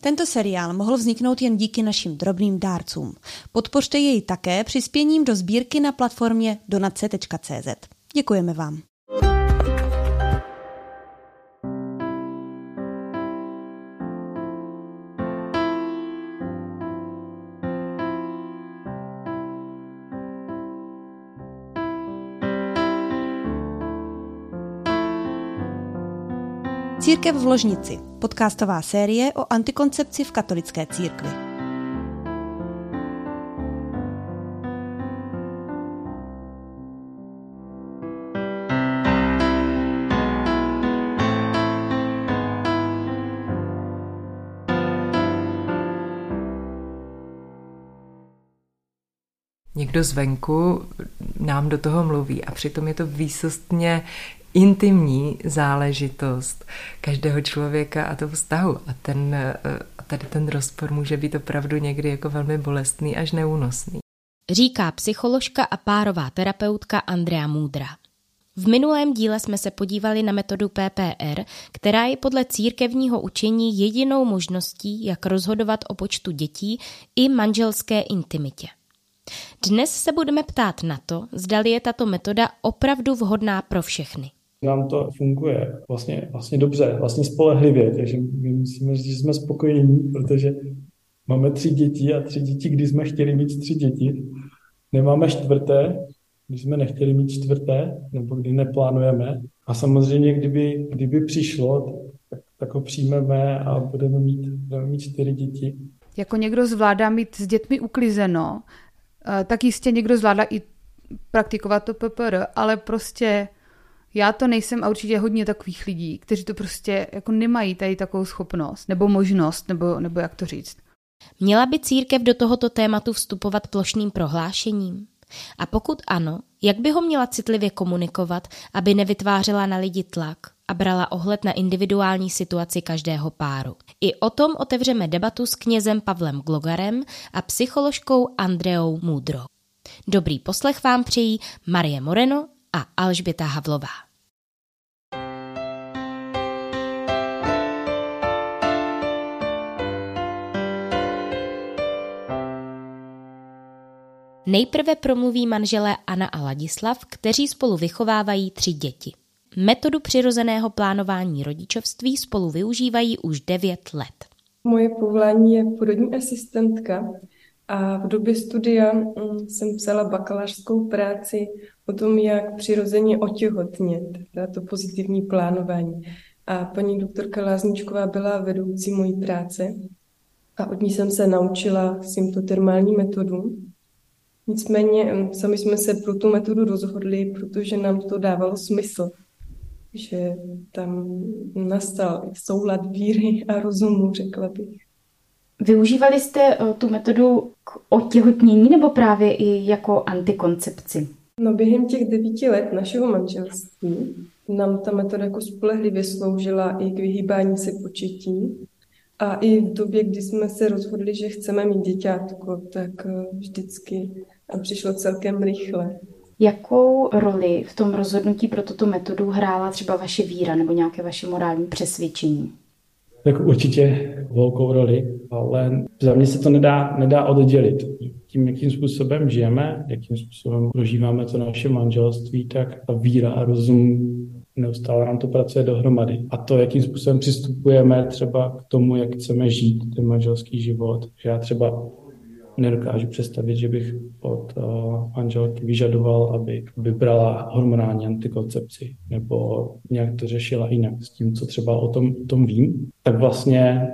Tento seriál mohl vzniknout jen díky našim drobným dárcům. Podpořte jej také přispěním do sbírky na platformě donace.cz. Děkujeme vám. Církev v ložnici, podcastová série o antikoncepci v katolické církvi. Někdo zvenku nám do toho mluví a přitom je to výsostně intimní záležitost každého člověka a toho vztahu. A tady ten rozpor může být opravdu někdy jako velmi bolestný až neúnosný. Říká psycholožka a párová terapeutka Andrea Múdra. V minulém díle jsme se podívali na metodu PPR, která je podle církevního učení jedinou možností, jak rozhodovat o počtu dětí i manželské intimitě. Dnes se budeme ptát na to, zdali je tato metoda opravdu vhodná pro všechny. Nám to funguje vlastně dobře, vlastně spolehlivě, takže my musíme říct, že jsme spokojení, protože máme 3 děti a 3 děti, když jsme chtěli mít 3 děti. Nemáme 4, když jsme nechtěli mít 4, nebo kdy neplánujeme. A samozřejmě, kdyby přišlo, tak ho přijmeme a budeme mít 4 děti. Jako někdo zvládá mít s dětmi uklizeno, tak jistě někdo zvládá i praktikovat to PPR, ale prostě já to nejsem a určitě hodně takových lidí, kteří to prostě jako nemají tady takovou schopnost nebo možnost, nebo jak to říct. Měla by církev do tohoto tématu vstupovat plošným prohlášením? A pokud ano, jak by ho měla citlivě komunikovat, aby nevytvářela na lidi tlak a brala ohled na individuální situaci každého páru? I o tom otevřeme debatu s knězem Pavlem Glogarem a psycholožkou Andreou Múdrou. Dobrý poslech vám přejí Marie Moreno a Alžběta Havlová. Nejprve promluví manželé Anna a Ladislav, kteří spolu vychovávají 3 děti. Metodu přirozeného plánování rodičovství spolu využívají už 9 let. Moje povolání je porodní asistentka a v době studia jsem psala bakalářskou práci o tom, jak přirozeně otěhotnět, to pozitivní plánování. A paní doktorka Lázničková byla vedoucí mojí práce a od ní jsem se naučila symptotermální metodu. Nicméně sami jsme se pro tu metodu rozhodli, protože nám to dávalo smysl, že tam nastal soulad víry a rozumu, řekla bych. Využívali jste tu metodu k otěhotnění nebo právě i jako antikoncepci? No, během těch 9 let našeho manželství nám ta metoda jako spolehlivě sloužila i k vyhýbání se početí. A i v době, kdy jsme se rozhodli, že chceme mít děťátko, tak vždycky a přišlo celkem rychle. Jakou roli v tom rozhodnutí pro tuto metodu hrála třeba vaše víra nebo nějaké vaše morální přesvědčení? Tak určitě velkou roli, ale za mě se to nedá oddělit. Tím, jakým způsobem žijeme, jakým způsobem prožíváme to naše manželství, tak ta víra a rozum neustále nám to pracuje dohromady. A to, jakým způsobem přistupujeme třeba k tomu, jak chceme žít ten manželský život. Že já třeba nedokážu představit, že bych od manželky vyžadoval, aby vybrala hormonální antikoncepci nebo nějak to řešila jinak s tím, co třeba o tom vím. Tak vlastně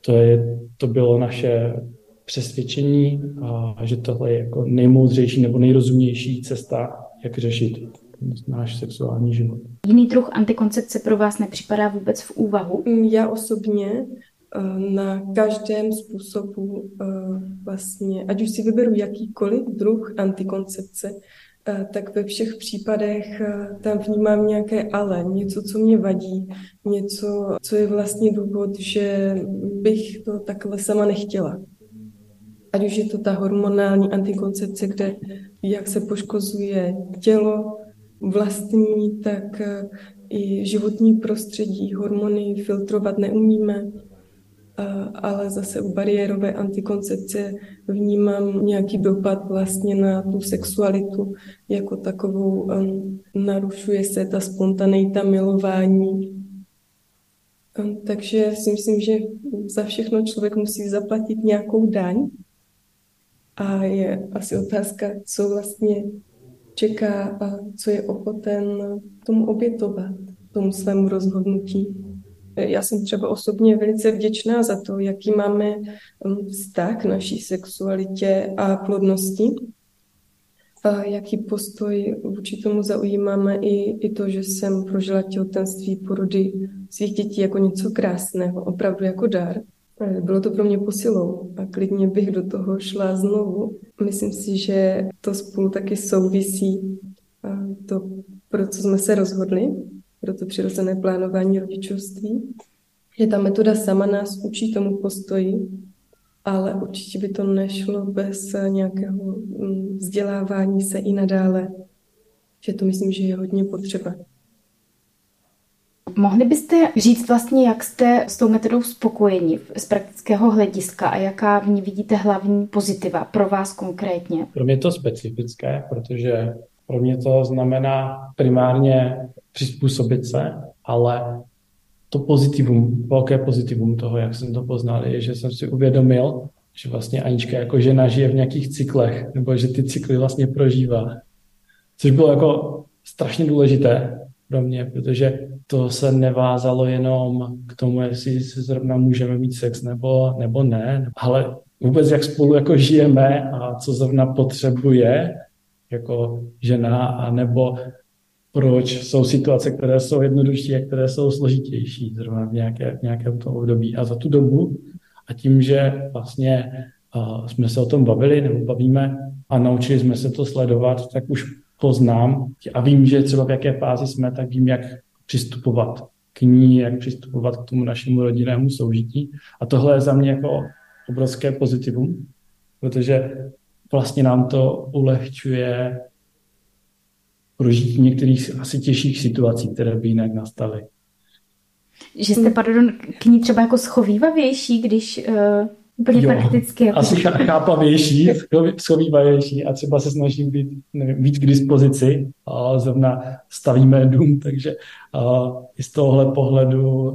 to bylo naše přesvědčení, že tohle je jako nejmoudřejší nebo nejrozumnější cesta, jak řešit náš sexuální život. Jiný druh antikoncepce pro vás nepřipadá vůbec v úvahu? Já osobně na každém způsobu vlastně, ať už si vyberu jakýkoliv druh antikoncepce, tak ve všech případech tam vnímám nějaké ale, něco, co mě vadí, něco, co je vlastně důvod, že bych to takhle sama nechtěla. Ať už je to ta hormonální antikoncepce, kde jak se poškozuje tělo vlastní, tak i životní prostředí, hormony filtrovat neumíme. ale zase u bariérové antikoncepce vnímám nějaký dopad vlastně na tu sexualitu jako takovou. Narušuje se ta spontaneita milování. Takže si myslím, že za všechno člověk musí zaplatit nějakou daň. A je asi otázka, co vlastně čeká a co je ochoten tomu obětovat, tomu svému rozhodnutí. Já jsem třeba osobně velice vděčná za to, jaký máme vztah k naší sexualitě a plodnosti. A jaký postoj vůči tomu zaujímáme i to, že jsem prožila těhotenství, porody svých dětí jako něco krásného, opravdu jako dar. Bylo to pro mě posilou a klidně bych do toho šla znovu. Myslím si, že to spolu taky souvisí. A to, pro co jsme se rozhodli, pro to přirozené plánování rodičovství, že ta metoda sama nás učí tomu postoji, ale určitě by to nešlo bez nějakého vzdělávání se i nadále. Že to myslím, že je hodně potřeba. Mohli byste říct vlastně, jak jste s tou metodou spokojeni z praktického hlediska a jaká v ní vidíte hlavní pozitiva pro vás konkrétně? Pro mě je to specifické, protože pro mě to znamená primárně přizpůsobit se, ale to pozitivum, velké pozitivum toho, jak jsem to poznal, je, že jsem si uvědomil, že vlastně Anička jako žena žije v nějakých cyklech, nebo že ty cykly vlastně prožívá. Což bylo jako strašně důležité pro mě, protože to se nevázalo jenom k tomu, jestli se zrovna můžeme mít sex nebo ne, ale vůbec jak spolu jako žijeme a co zrovna potřebuje jako žena, anebo proč jsou situace, které jsou jednodušší a které jsou složitější zrovna v nějakém tom období. A za tu dobu a tím, že vlastně jsme se o tom bavili nebo bavíme a naučili jsme se to sledovat, tak už poznám a vím, že třeba v jaké fázi jsme, tak vím, jak přistupovat k ní, jak přistupovat k tomu našemu rodinnému soužití. A tohle je za mě jako obrovské pozitivum, protože vlastně nám to ulehčuje prožití některých asi těžších situací, které by jinak nastaly. Že jste, k ní třeba jako schovývavější, když úplně prakticky... Jako... Asi chápavější, schovývavější a třeba se snažím být víc k dispozici. A zrovna stavíme dům, takže i z tohohle pohledu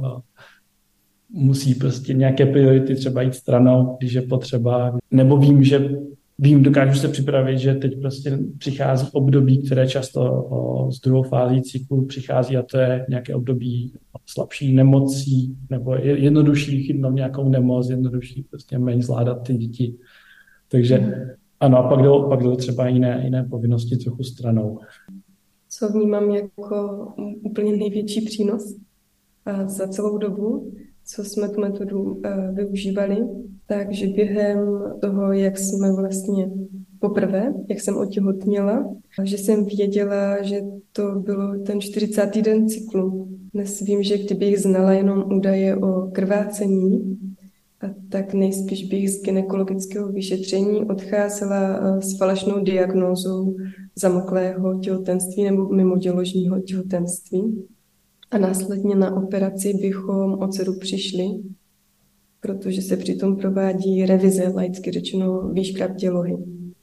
musí prostě nějaké priority třeba jít stranou, když je potřeba. Nebo dokážu se připravit, že teď prostě přichází období, které často z druhou fází cyklu přichází a to je nějaké období slabší nemocí nebo jednodušší chytnout nějakou nemoc, jednodušší prostě méně zvládat ty děti. Takže ano, a pak jdou třeba jiné povinnosti trochu stranou. Co vnímám jako úplně největší přínos za celou dobu, co jsme tu metodu využívali, takže během toho, jak jsme vlastně poprvé, jak jsem otěhotněla, že jsem věděla, že to bylo ten 40. den cyklu. Dnes vím, že kdybych znala jenom údaje o krvácení, tak nejspíš bych z gynekologického vyšetření odcházela s falešnou diagnózou zamlklého těhotenství nebo mimoděložního těhotenství. A následně na operaci bychom o dceru přišli, protože se přitom provádí revize, laicky řečeno výška dělohy.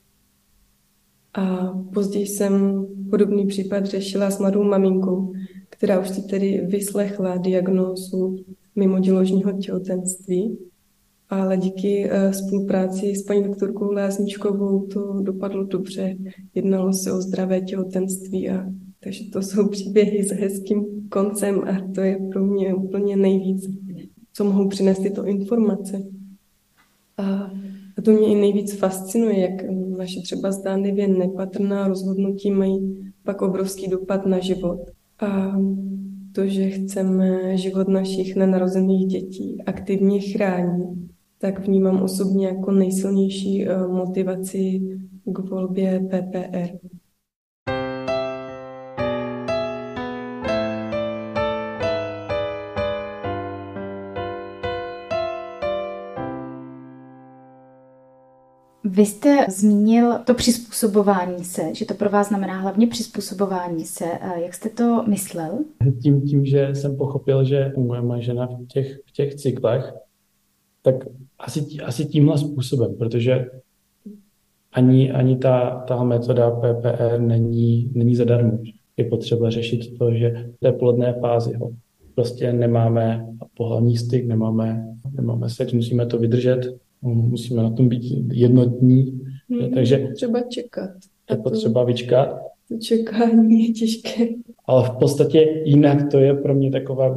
A později jsem podobný případ řešila s mladou maminkou, která už si tedy vyslechla diagnózu mimoděložního těhotenství, ale díky spolupráci s paní doktorkou Lázničkovou to dopadlo dobře. Jednalo se o zdravé těhotenství takže to jsou příběhy s hezkým koncem a to je pro mě úplně nejvíc, co mohou přinést tyto informace. A to mě i nejvíc fascinuje, jak naše třeba zdánlivě nepatrná rozhodnutí mají pak obrovský dopad na život. A to, že chceme život našich nenarozených dětí aktivně chránit, tak vnímám osobně jako nejsilnější motivaci k volbě PPR. Vy jste zmínil to přizpůsobování se, že to pro vás znamená hlavně přizpůsobování se. Jak jste to myslel? Tím, že jsem pochopil, že moje žena v těch cyklech tak asi tímhle způsobem, protože ani ta metoda PPR není zadarmo. Je potřeba řešit to, že v té plodné fázi prostě nemáme pohlavní styk, nemáme sex, musíme to vydržet, musíme na tom být jednotní. Takže třeba čekat. Je potřeba vyčkat. To čekání je těžké. Ale v podstatě jinak to je pro mě takové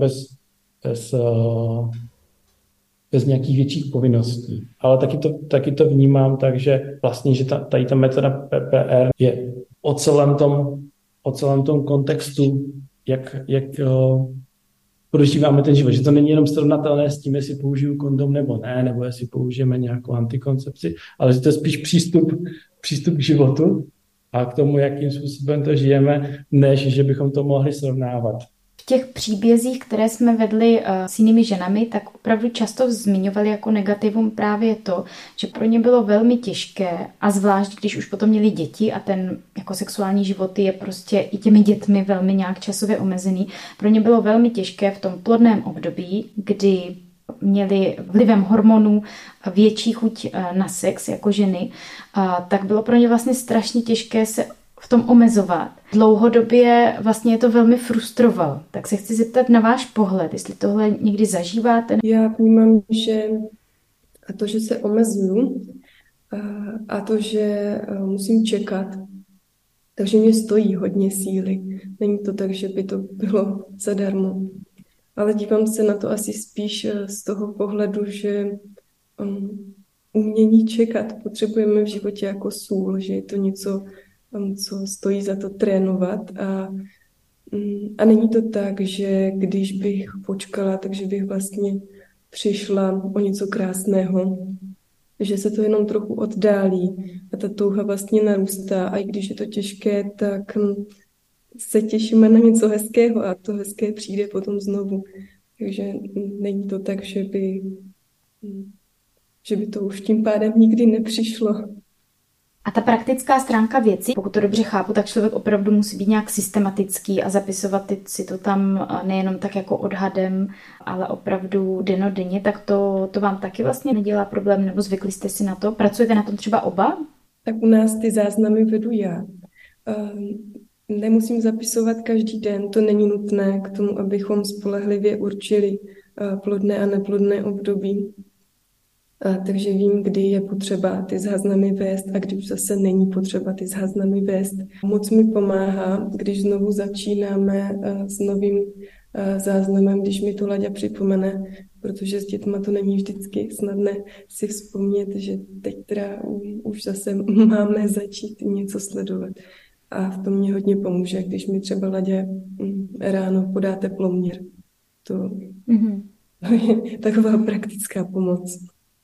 bez nějakých větších povinností. Ale taky to vnímám tak, že vlastně, že tady ta metoda PPR je o celém tom kontextu, jak prožíváme ten život. Že to není jenom srovnatelné s tím, jestli použiju kondom nebo ne, nebo jestli použijeme nějakou antikoncepci, ale že to je spíš přístup k životu a k tomu, jakým způsobem to žijeme, než že bychom to mohli srovnávat. V těch příbězích, které jsme vedli s jinými ženami, tak opravdu často zmiňovali jako negativum právě to, že pro ně bylo velmi těžké, a zvlášť když už potom měli děti a ten jako sexuální život je prostě i těmi dětmi velmi nějak časově omezený, pro ně bylo velmi těžké v tom plodném období, kdy měli vlivem hormonů větší chuť na sex jako ženy, tak bylo pro ně vlastně strašně těžké se v tom omezovat. Dlouhodobě vlastně je to velmi frustrovalo. Tak se chci zeptat na váš pohled, jestli tohle někdy zažíváte. Já vnímám, že se omezuju a to, že musím čekat, takže mě stojí hodně síly. Není to tak, že by to bylo zadarmo. Ale dívám se na to asi spíš z toho pohledu, že umění čekat potřebujeme v životě jako sůl, že je to něco, co stojí za to trénovat a není to tak, že když bych počkala, takže bych vlastně přišla o něco krásného, že se to jenom trochu oddálí a ta touha vlastně narůstá a i když je to těžké, tak se těšíme na něco hezkého a to hezké přijde potom znovu. Takže není to tak, že by to už tím pádem nikdy nepřišlo. A ta praktická stránka věci, pokud to dobře chápu, tak člověk opravdu musí být nějak systematický a zapisovat si to tam nejenom tak jako odhadem, ale opravdu dennodenně, tak to vám taky vlastně nedělá problém, nebo zvykli jste si na to? Pracujete na tom třeba oba? Tak u nás ty záznamy vedu já. Nemusím zapisovat každý den, to není nutné k tomu, abychom spolehlivě určili plodné a neplodné období. Takže vím, kdy je potřeba ty záznamy vést a kdy už zase není potřeba ty záznamy vést. Moc mi pomáhá, když znovu začínáme s novým záznamem, když mi to Laďa připomene, protože s dětma to není vždycky snadné si vzpomnět, že teď teda už zase máme začít něco sledovat. A v tom mě hodně pomůže, když mi třeba Laďa ráno podá teploměr. To je taková praktická pomoc.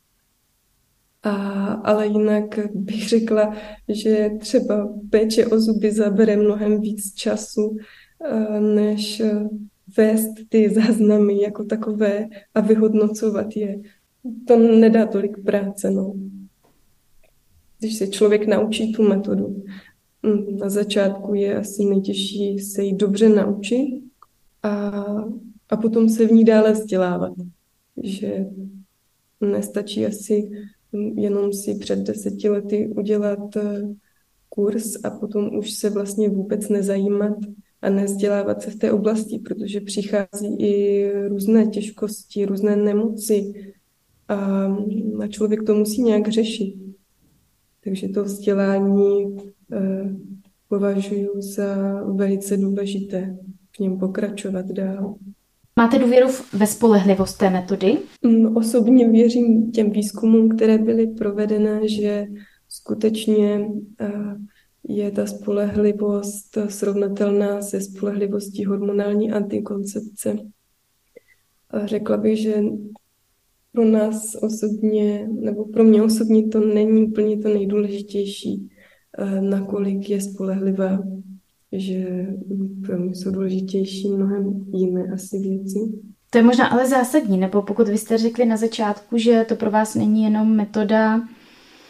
Ale jinak bych řekla, že třeba péče o zuby zabere mnohem víc času, než vést ty záznamy jako takové a vyhodnocovat je. To nedá tolik práce. No. Když se člověk naučí tu metodu, na začátku je asi nejtěžší se jí dobře naučit a potom se v ní dále vzdělávat. Že nestačí asi jenom si před 10 lety udělat kurz a potom už se vlastně vůbec nezajímat a nevzdělávat se v té oblasti, protože přichází i různé těžkosti, různé nemoci a člověk to musí nějak řešit. Takže to vzdělání považuji za velice důležité v něm pokračovat dál. Máte důvěru ve spolehlivost té metody? Osobně věřím těm výzkumům, které byly provedené, že skutečně je ta spolehlivost srovnatelná se spolehlivostí hormonální antikoncepce. Řekla bych, že pro nás osobně, nebo pro mě osobně to není úplně to nejdůležitější, nakolik je spolehlivá, že pro mě jsou důležitější mnohem jiné asi věci. To je možná ale zásadní, nebo pokud vy jste řekli na začátku, že to pro vás není jenom metoda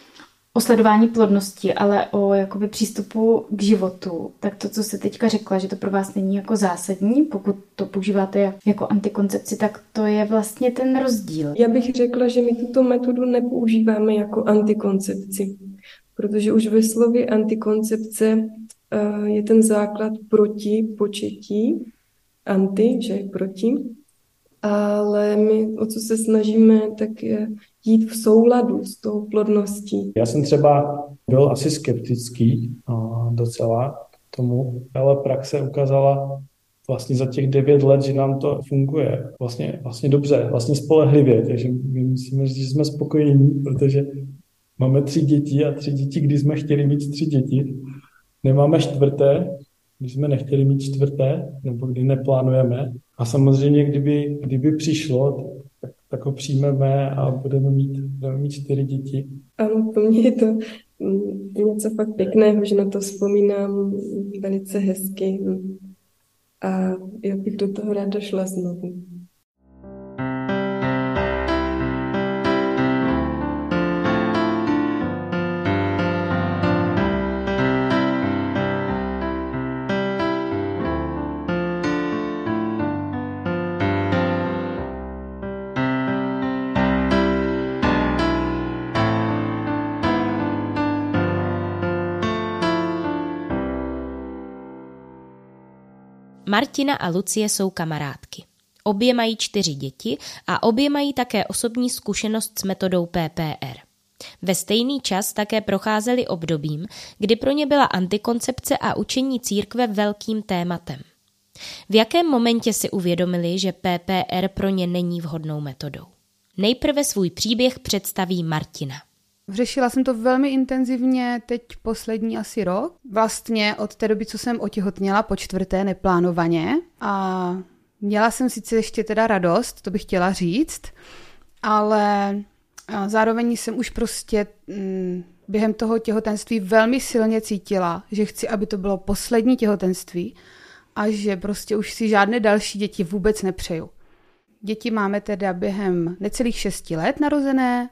o sledování plodnosti, ale o jakoby přístupu k životu, tak to, co jste teďka řekla, že to pro vás není jako zásadní, pokud to používáte jako antikoncepci, tak to je vlastně ten rozdíl. Já bych řekla, že my tuto metodu nepoužíváme jako antikoncepci, protože už ve slově antikoncepce je ten základ proti početí, anti, že je proti, ale my, o co se snažíme, tak je jít v souladu s tou plodností. Já jsem třeba byl asi skeptický docela k tomu, ale praxe ukázala vlastně za těch 9 let, že nám to funguje vlastně dobře, vlastně spolehlivě, takže my myslíme, že jsme spokojení, protože máme 3 děti a 3 děti, když jsme chtěli mít 3 děti. Nemáme 4, když jsme nechtěli mít 4, nebo kdy neplánujeme. A samozřejmě, kdyby přišlo, tak ho přijmeme a budeme mít 4 děti. Ano, pro mě je to něco fakt pěkného, že na to vzpomínám velice hezky. A já bych do toho ráda šla znovu. Martina a Lucie jsou kamarádky. Obě mají 4 děti a obě mají také osobní zkušenost s metodou PPR. Ve stejný čas také procházeli obdobím, kdy pro ně byla antikoncepce a učení církve velkým tématem. V jakém momentě si uvědomili, že PPR pro ně není vhodnou metodou? Nejprve svůj příběh představí Martina. Řešila jsem to velmi intenzivně teď poslední asi rok. Vlastně od té doby, co jsem otěhotněla po 4. neplánovaně. A měla jsem sice ještě teda radost, to bych chtěla říct, ale zároveň jsem už prostě během toho těhotenství velmi silně cítila, že chci, aby to bylo poslední těhotenství a že prostě už si žádné další děti vůbec nepřeju. Děti máme teda během necelých 6 let narozené,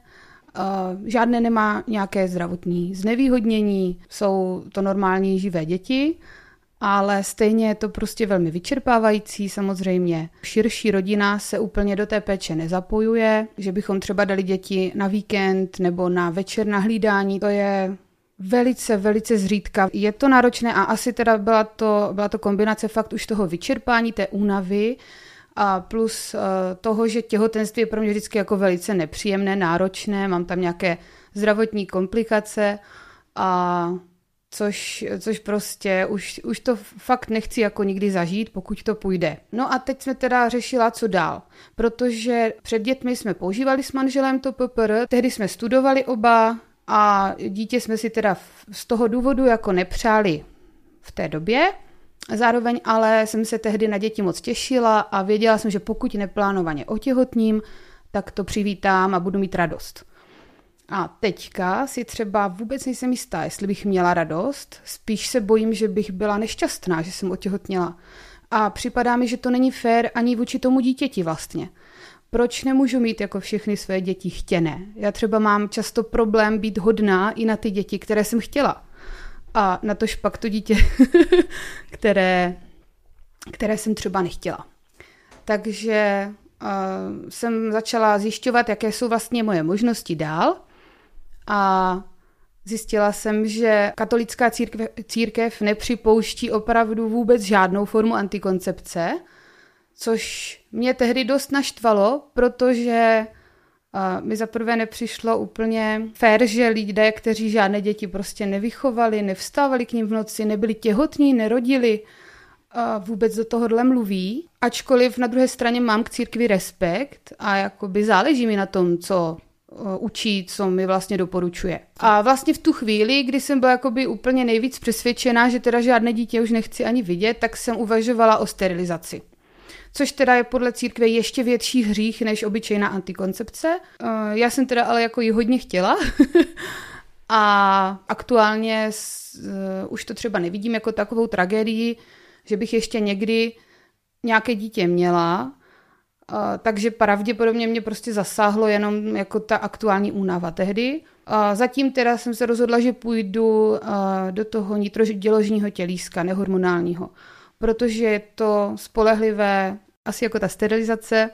žádné nemá nějaké zdravotní znevýhodnění, jsou to normální živé děti, ale stejně je to prostě velmi vyčerpávající samozřejmě. Širší rodina se úplně do té péče nezapojuje, že bychom třeba dali děti na víkend nebo na večer na hlídání, to je velice, velice zřídka. Je to náročné a asi teda byla to kombinace fakt už toho vyčerpání, té únavy, a plus toho, že těhotenství je pro mě vždycky jako velice nepříjemné, náročné, mám tam nějaké zdravotní komplikace a což prostě už to fakt nechci jako nikdy zažít, pokud to půjde. No a teď jsme teda řešila, co dál, protože před dětmi jsme používali s manželem to PPR, tehdy jsme studovali oba a dítě jsme si teda z toho důvodu jako nepřáli v té době. Zároveň ale jsem se tehdy na děti moc těšila a věděla jsem, že pokud neplánovaně otěhotním, tak to přivítám a budu mít radost. A teďka si třeba vůbec nejsem jistá, jestli bych měla radost, spíš se bojím, že bych byla nešťastná, že jsem otěhotněla. A připadá mi, že to není fér ani vůči tomu dítěti vlastně. Proč nemůžu mít jako všechny své děti chtěné? Já třeba mám často problém být hodná i na ty děti, které jsem chtěla. A natož pak to dítě, které jsem třeba nechtěla. Takže jsem začala zjišťovat, jaké jsou vlastně moje možnosti dál. A zjistila jsem, že katolická církev nepřipouští opravdu vůbec žádnou formu antikoncepce, což mě tehdy dost naštvalo, protože mi zaprvé nepřišlo úplně fér, že lidé, kteří žádné děti prostě nevychovali, nevstávali k nim v noci, nebyli těhotní, nerodili, vůbec do tohohle mluví. Ačkoliv na druhé straně mám k církvi respekt a jakoby záleží mi na tom, co učí, co mi vlastně doporučuje. A vlastně v tu chvíli, kdy jsem byla jakoby úplně nejvíc přesvědčená, že teda žádné dítě už nechci ani vidět, tak jsem uvažovala o sterilizaci. Což teda je podle církve ještě větší hřích než obyčejná antikoncepce. Já jsem teda ale jako ji hodně chtěla a aktuálně už to třeba nevidím jako takovou tragédii, že bych ještě někdy nějaké dítě měla, takže pravděpodobně mě prostě zasáhlo jenom jako ta aktuální únava tehdy. Zatím teda jsem se rozhodla, že půjdu do toho nitroděložního tělíska, nehormonálního, protože je to spolehlivé, asi jako ta sterilizace,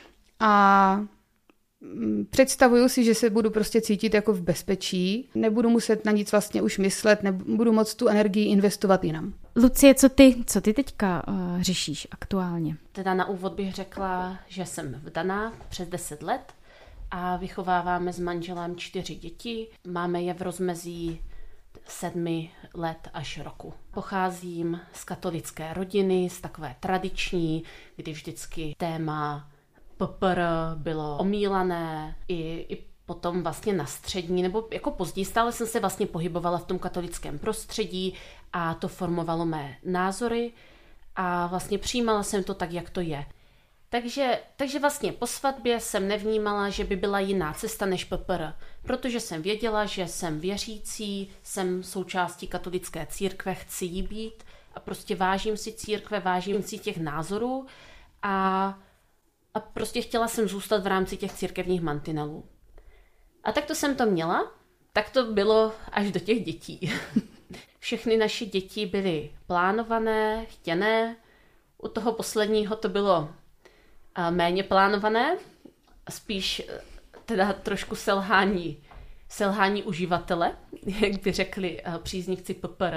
a představuju si, že se budu prostě cítit jako v bezpečí, nebudu muset na nic vlastně už myslet, nebudu moc tu energii investovat jinam. Lucie, co ty teďka řešíš aktuálně? Teda na úvod bych řekla, že jsem vdaná přes 10 let a vychováváme s manželem 4 děti. Máme je v rozmezí 7 let až roku. Pocházím z katolické rodiny, z takové tradiční, kdy vždycky téma PPR bylo omílané i potom vlastně na střední, nebo jako později stále jsem se vlastně pohybovala v tom katolickém prostředí a to formovalo mé názory a vlastně přijímala jsem to tak, jak to je. Takže vlastně po svatbě jsem nevnímala, že by byla jiná cesta než PPR, protože jsem věděla, že jsem věřící, jsem součástí katolické církve, chci jí být a prostě vážím si církve, vážím si těch názorů a prostě chtěla jsem zůstat v rámci těch církevních mantinelů. A tak to jsem to měla, tak to bylo až do těch dětí. Všechny naše děti byly plánované, chtěné, u toho posledního to bylo méně plánované, spíš teda trošku selhání uživatele, jak by řekli příznivci PPR.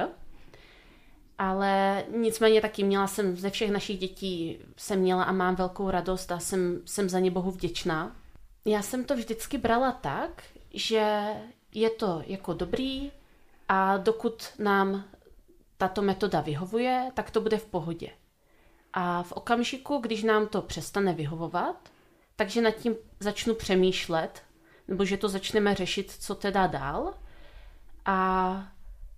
Ale nicméně taky měla jsem ze všech našich dětí, jsem měla a mám velkou radost a jsem za ně Bohu vděčná. Já jsem to vždycky brala tak, že je to jako dobrý a dokud nám tato metoda vyhovuje, tak to bude v pohodě. A v okamžiku, když nám to přestane vyhovovat, takže nad tím začnu přemýšlet, nebo že to začneme řešit, co teda dál. A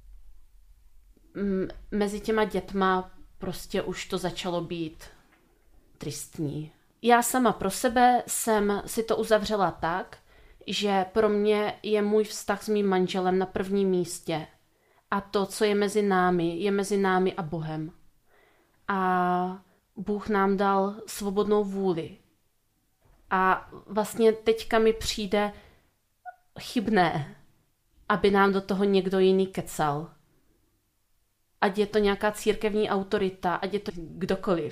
mezi těma dětma prostě už to začalo být tristní. Já sama pro sebe jsem si to uzavřela tak, že pro mě je můj vztah s mým manželem na prvním místě. A to, co je mezi námi a Bohem. A Bůh nám dal svobodnou vůli. A vlastně teďka mi přijde chybné, aby nám do toho někdo jiný kecal. Ať je to nějaká církevní autorita, ať je to kdokoliv.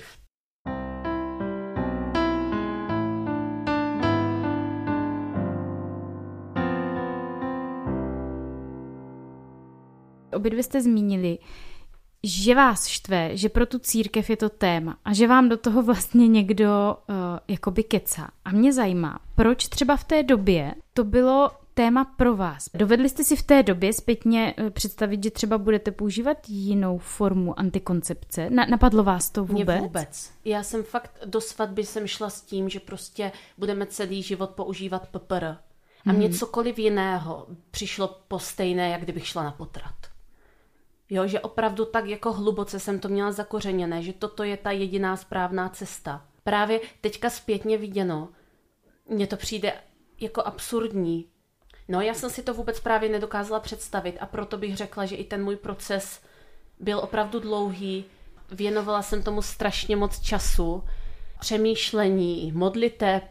Obě jste zmínili, že vás štve, že pro tu církev je to téma a že vám do toho vlastně někdo jakoby kecá. A mě zajímá, proč třeba v té době to bylo téma pro vás. Dovedli jste si v té době zpětně představit, že třeba budete používat jinou formu antikoncepce? Napadlo vás to vůbec? Mě vůbec. Já jsem fakt do svatby jsem šla s tím, že prostě budeme celý život používat PPR. A mně cokoliv jiného přišlo po stejné, jak kdybych šla na potrat. Jo, že opravdu tak jako hluboce jsem to měla zakořeněné, že toto je ta jediná správná cesta. Právě teďka zpětně viděno, mně to přijde jako absurdní. No, já jsem si to vůbec právě nedokázala představit a proto bych řekla, že i ten můj proces byl opravdu dlouhý. Věnovala jsem tomu strašně moc času, přemýšlení, modliteb.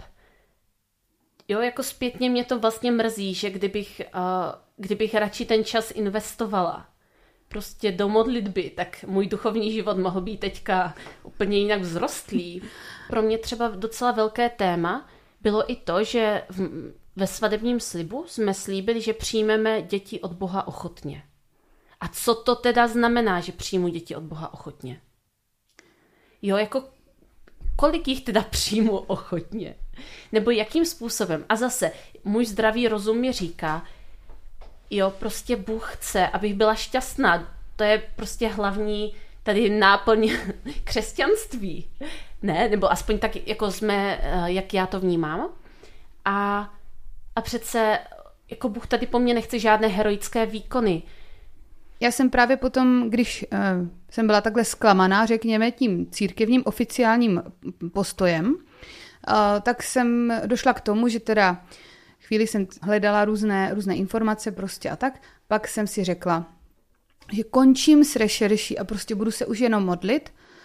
Jo, jako zpětně mě to vlastně mrzí, že kdybych radši ten čas investovala prostě do modlitby, tak můj duchovní život mohl být teďka úplně jinak vzrostlý. Pro mě třeba docela velké téma bylo i to, že ve svatebním slibu jsme slíbili, že přijmeme děti od Boha ochotně. A co to teda znamená, že přijmu děti od Boha ochotně? Jo, jako kolik jich teda přijmu ochotně? Nebo jakým způsobem? A zase, můj zdravý rozum mi říká, jo, prostě Bůh chce, abych byla šťastná. To je prostě hlavní tady náplň křesťanství. Ne? Nebo aspoň tak, jako jak já to vnímám. A přece jako Bůh tady po mně nechce žádné heroické výkony. Já jsem právě potom, když jsem byla takhle zklamaná, řekněme, tím církevním oficiálním postojem, tak jsem došla k tomu, že teda chvíli jsem hledala různé informace prostě a tak, pak jsem si řekla, že končím s rešerší a prostě budu se už jenom modlit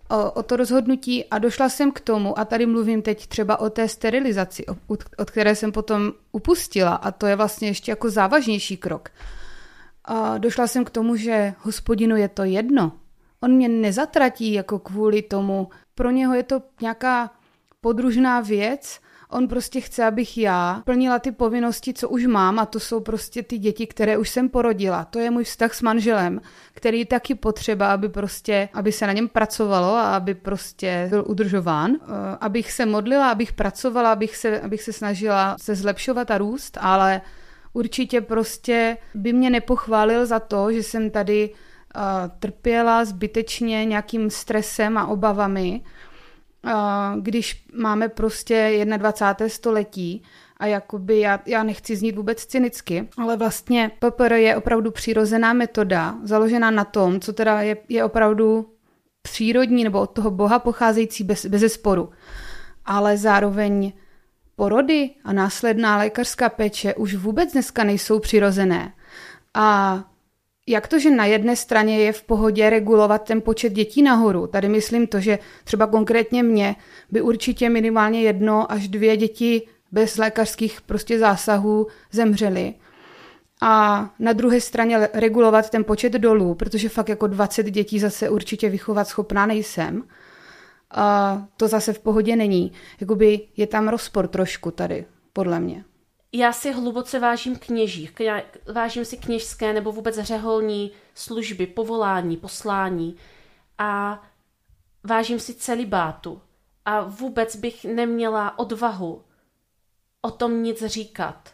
o to rozhodnutí a došla jsem k tomu, a tady mluvím teď třeba o té sterilizaci, od které jsem potom upustila, a to je vlastně ještě jako závažnější krok. A došla jsem k tomu, že Hospodinu je to jedno. On mě nezatratí jako kvůli tomu. Pro něho je to nějaká podružná věc. On prostě chce, abych já plnila ty povinnosti, co už mám, a to jsou prostě ty děti, které už jsem porodila. To je můj vztah s manželem, který je taky potřeba, aby se na něm pracovalo a aby prostě byl udržován. Abych se modlila, abych pracovala, abych se snažila se zlepšovat a růst, ale určitě prostě by mě nepochválil za to, že jsem tady trpěla zbytečně nějakým stresem a obavami, když máme prostě 21. století a jakoby já nechci znít vůbec cynicky, ale vlastně PPR je opravdu přirozená metoda, založená na tom, co teda je opravdu přírodní nebo od toho Boha pocházející bezesporu. Ale zároveň porody a následná lékařská péče už vůbec dneska nejsou přirozené. A jak to, že na jedné straně je v pohodě regulovat ten počet dětí nahoru? Tady myslím to, že třeba konkrétně mě by určitě minimálně 1 až 2 děti bez lékařských prostě zásahů zemřely. A na druhé straně regulovat ten počet dolů, protože fakt jako 20 dětí zase určitě vychovat schopná nejsem. A to zase v pohodě není. Jakoby je tam rozpor trošku tady, podle mě. Já si hluboce vážím kněží. Vážím si kněžské nebo vůbec řeholní služby, povolání, poslání. A vážím si celibátu. A vůbec bych neměla odvahu o tom nic říkat.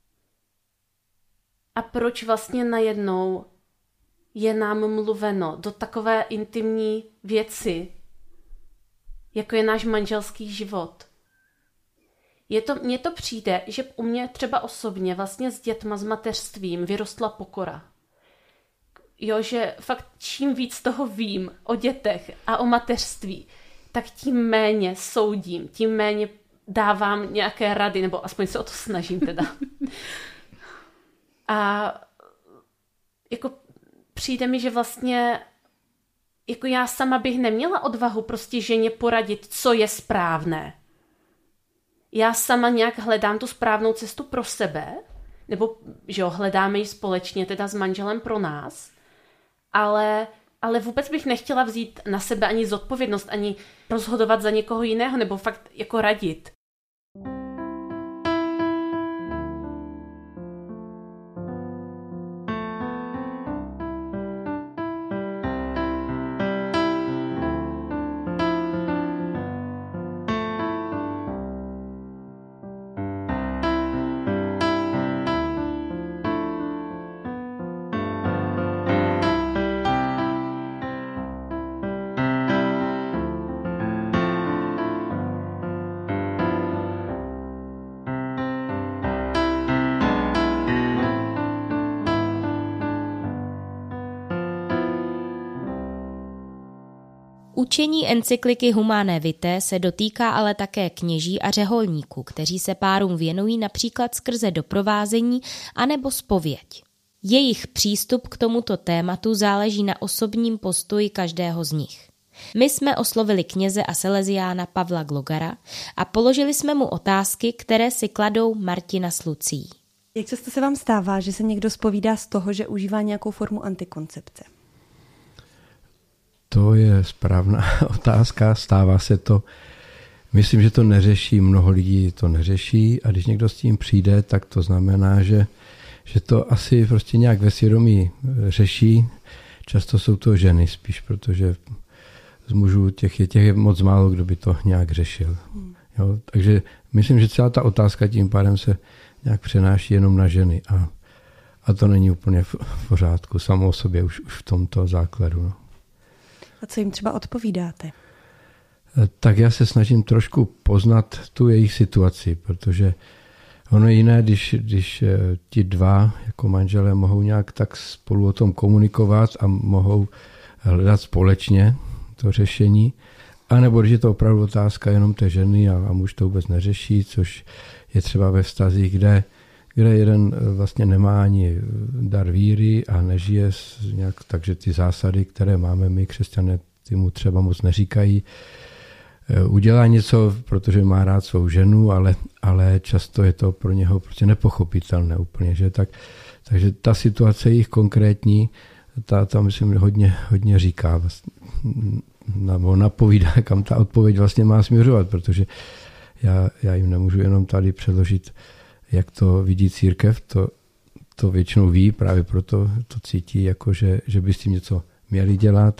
A proč vlastně najednou je nám mluveno do takové intimní věci, jako je náš manželský život? Mně to přijde, že u mě třeba osobně vlastně s dětma, s mateřstvím vyrostla pokora. Jo, že fakt čím víc toho vím o dětech a o mateřství, tak tím méně soudím, tím méně dávám nějaké rady, nebo aspoň se o to snažím teda. A jako přijde mi, že vlastně jako já sama bych neměla odvahu prostě ženě poradit, co je správné. Já sama nějak hledám tu správnou cestu pro sebe, nebo že jo, hledáme ji společně teda s manželem pro nás, ale vůbec bych nechtěla vzít na sebe ani zodpovědnost, ani rozhodovat za někoho jiného, nebo fakt jako radit. Učení encykliky Humanae Vitae se dotýká ale také kněží a řeholníků, kteří se párům věnují například skrze doprovázení anebo zpověď. Jejich přístup k tomuto tématu záleží na osobním postoji každého z nich. My jsme oslovili kněze a saleziána Pavla Glogara a položili jsme mu otázky, které si kladou Martina s Lucí. Jak často se vám stává, že se někdo zpovídá z toho, že užívá nějakou formu antikoncepce? To je správná otázka, stává se to. Myslím, že to neřeší, mnoho lidí to neřeší a když někdo s tím přijde, tak to znamená, že to asi prostě nějak ve svědomí řeší. Často jsou to ženy spíš, protože z mužů těch je moc málo, kdo by to nějak řešil. Jo? Takže myslím, že celá ta otázka tím pádem se nějak přenáší jenom na ženy a to není úplně v pořádku samo o sobě už v tomto základu. No. A co jim třeba odpovídáte? Tak já se snažím trošku poznat tu jejich situaci, protože ono je jiné, když ti dva jako manželé mohou nějak tak spolu o tom komunikovat a mohou hledat společně to řešení, anebo když je to opravdu otázka jenom té ženy a muž to vůbec neřeší, což je třeba ve vztazích, kde jeden vlastně nemá ani dar víry a nežije nějak, takže ty zásady, které máme my křesťané, ty mu třeba moc neříkají. Udělá něco, protože má rád svou ženu, ale často je to pro něho prostě nepochopitelné úplně. Že? Takže ta situace jich konkrétní, ta myslím hodně říká, vlastně, napovídá, kam ta odpověď vlastně má směřovat, protože já jim nemůžu jenom tady předložit, jak to vidí církev, to většinou ví, právě proto to cítí, jako že by s tím něco měli dělat,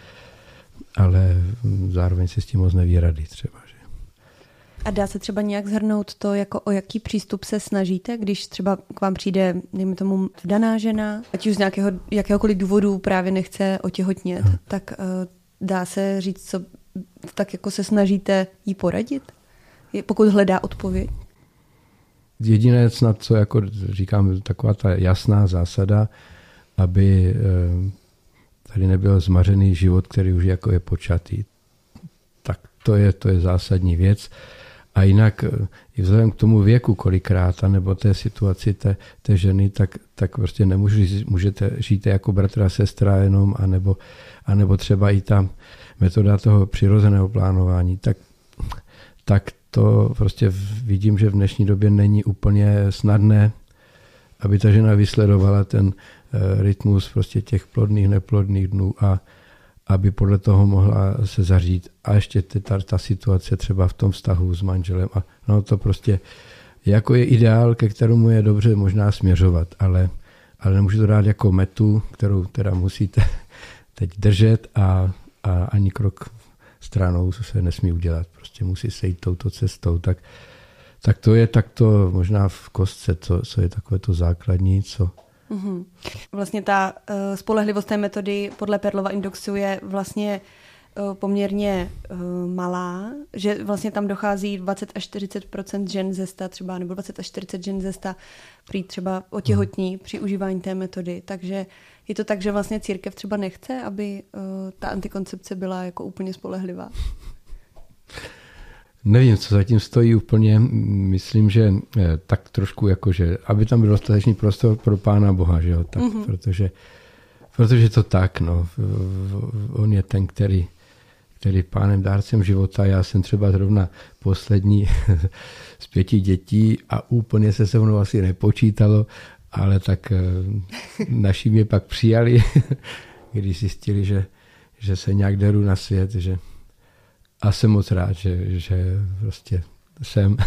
ale zároveň se s tím moc neví rady třeba. Že? A dá se třeba nějak shrnout to, jako o jaký přístup se snažíte, když třeba k vám přijde, dejme tomu, vdaná žena, ať už z jakéhokoliv důvodu právě nechce otěhotnět, tak dá se říct, co tak jako se snažíte jí poradit, pokud hledá odpověď? Jediné snad, co jako říkám, taková ta jasná zásada, aby tady nebyl zmařený život, který už jako je počatý. Tak to je zásadní věc. A jinak i vzhledem k tomu věku kolikrát, nebo té situaci té ženy, tak prostě můžete žít jako bratr a sestra jenom, anebo třeba i ta metoda toho přirozeného plánování, tak to prostě vidím, že v dnešní době není úplně snadné, aby ta žena vysledovala ten rytmus prostě těch plodných, neplodných dnů a aby podle toho mohla se zařídit. A ještě ta situace třeba v tom vztahu s manželem. A no to prostě jako je ideál, ke kterému je dobře možná směřovat, ale nemůžu to dát jako metu, kterou teda musíte teď držet a ani krok stranou se nesmí udělat. Prostě musí se jít touto cestou. Tak to je takto možná v kostce, co je takové to základní, co... Mm-hmm. Vlastně ta spolehlivost té metody podle Perlova indexu je vlastně poměrně malá, že vlastně tam dochází 20 až 40% žen ze 100 třeba, nebo 20 až 40 žen ze 100 prý třeba otěhotní při užívání té metody. Takže je to tak, že vlastně církev třeba nechce, aby ta antikoncepce byla jako úplně spolehlivá. Nevím, co zatím stojí úplně. Myslím, že tak trošku jakože, aby tam byl dostatečný prostor pro Pána Boha, že jo? Tak, protože to tak, no. On je ten, který Pánem dárcem života. Já jsem třeba zrovna poslední z 5 dětí a úplně se mnou asi nepočítalo, ale tak naši mě pak přijali, když zjistili, že se nějak deru na svět, že a jsem moc rád, že prostě jsem,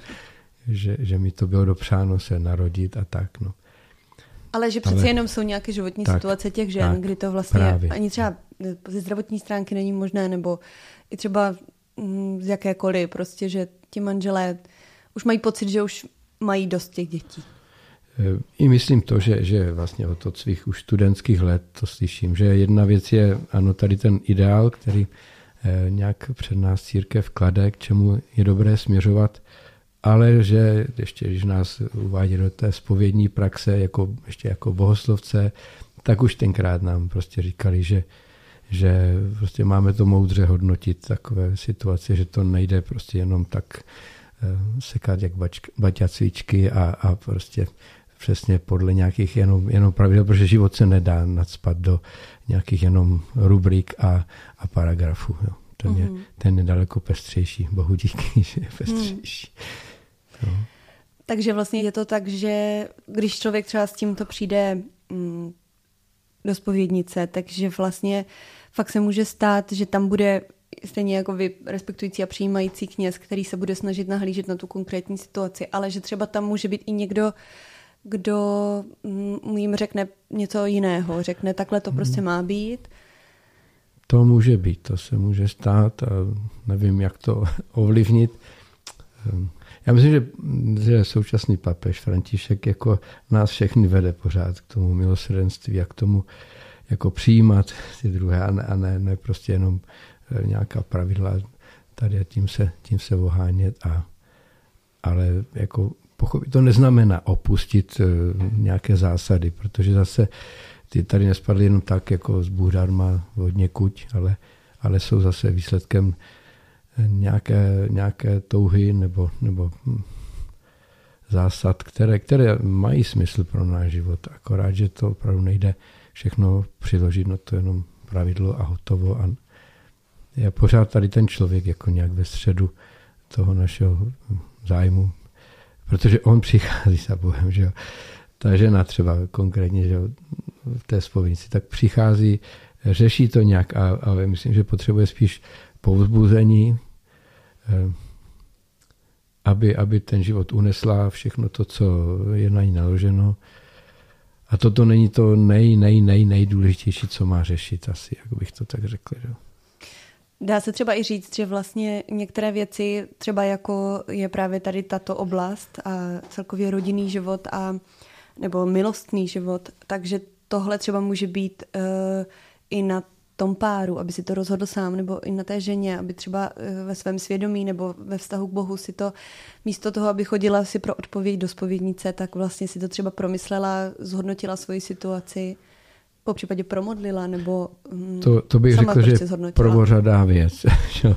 že mi to bylo dopřáno se narodit a tak, no. Ale že přeci jenom jsou nějaké životní situace těch žen, kdy to vlastně právě ani třeba ze zdravotní stránky není možné, nebo i třeba z jakékoliv, prostě, že ti manželé už mají pocit, že už mají dost těch dětí. I myslím to, že vlastně od svých už studentských let to slyším, že jedna věc je, ano, tady ten ideál, který nějak před nás církev klade, k čemu je dobré směřovat, ale že ještě, když nás uvádí do té zpovědní praxe, ještě jako bohoslovce, tak už tenkrát nám prostě říkali, že prostě máme to moudře hodnotit takové situace, že to nejde prostě jenom tak sekat jak baťa cvičky a prostě přesně podle nějakých jenom pravidel, protože život se nedá nacpat do nějakých jenom rubrik a paragrafů. Jo. Ten je daleko pestřejší. Bohu díky, že je pestřejší. No. Takže vlastně je to tak, že když člověk třeba s tímto přijde do zpovědnice, takže vlastně fakt se může stát, že tam bude stejně jako vy respektující a přijímající kněz, který se bude snažit nahlížet na tu konkrétní situaci, ale že třeba tam může být i někdo, kdo jim řekne něco jiného, řekne takhle to prostě má být. To může být, to se může stát a nevím, jak to ovlivnit. Já myslím, že současný papež František jako nás všechny vede pořád k tomu milosrdenství a k tomu jako přijímat ty druhé a ne prostě jenom nějaká pravidla tady a tím se ohánět. Ale jako pochopit, to neznamená opustit nějaké zásady, protože zase ty tady nespadly jenom tak jako z Bůh darma odněkuď, ale jsou zase výsledkem nějaké touhy nebo zásad, které mají smysl pro náš život. Akorát, že to opravdu nejde všechno přiložit na to jenom pravidlo a hotovo je pořád tady ten člověk jako nějak ve středu toho našeho zájmu, protože on přichází za Bohem, že jo. Ta žena třeba konkrétně, že jo, v té spovědnici, tak přichází, řeší to nějak, ale myslím, že potřebuje spíš povzbuzení, aby ten život unesla všechno to, co je na ní naloženo. A toto není to nejdůležitější, co má řešit asi, jak bych to tak řekl. Jo. Dá se třeba i říct, že vlastně některé věci, třeba jako je právě tady tato oblast a celkově rodinný život nebo milostný život, takže tohle třeba může být i na tom páru, aby si to rozhodl sám, nebo i na té ženě, aby třeba ve svém svědomí nebo ve vztahu k Bohu si to, místo toho, aby chodila si pro odpověď do zpovědnice, tak vlastně si to třeba promyslela, zhodnotila svoji situaci, popřípadě promodlila, nebo to bych sama řekl, prostě že zhodnotila. prvořadá věc.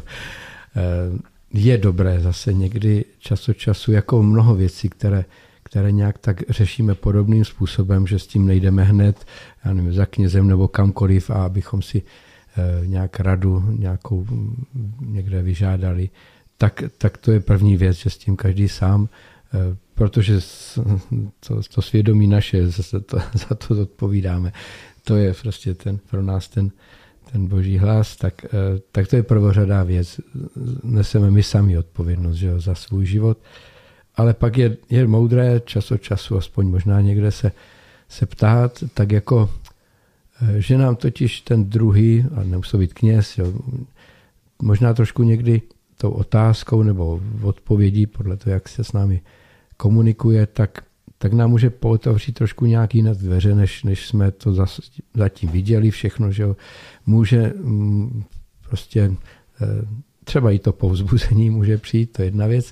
Je dobré zase někdy čas od času, jako mnoho věcí, které nějak tak řešíme podobným způsobem, že s tím nejdeme hned, já nevím, za knězem nebo kamkoliv, a abychom si nějak radu nějakou někde vyžádali, tak to je první věc, že s tím každý sám, protože to svědomí naše, za to odpovídáme. To je prostě pro nás ten boží hlas, tak to je prvořadá věc. Neseme my sami odpovědnost, že jo, za svůj život. Ale pak je moudré čas od času, aspoň možná někde se ptát, tak jako, že nám totiž ten druhý, a nemusí být kněz, jo, možná trošku někdy tou otázkou nebo odpovědí, podle toho, jak se s námi komunikuje, tak nám může pootevřít trošku nějaký jiné dveře, než jsme to zatím viděli všechno, že jo. Může prostě třeba i to povzbuzení může přijít, to je jedna věc,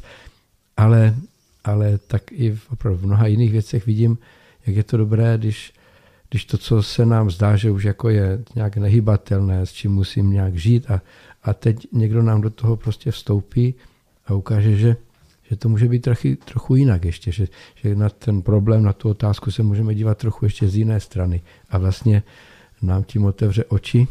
ale tak i opravdu v mnoha jiných věcech vidím, jak je to dobré, když to, co se nám zdá, že už jako je nějak nehybatelné, s čím musím nějak žít a teď někdo nám do toho prostě vstoupí a ukáže, že to může být trochu jinak ještě, že na ten problém, na tu otázku se můžeme dívat trochu ještě z jiné strany a vlastně nám tím otevře oči,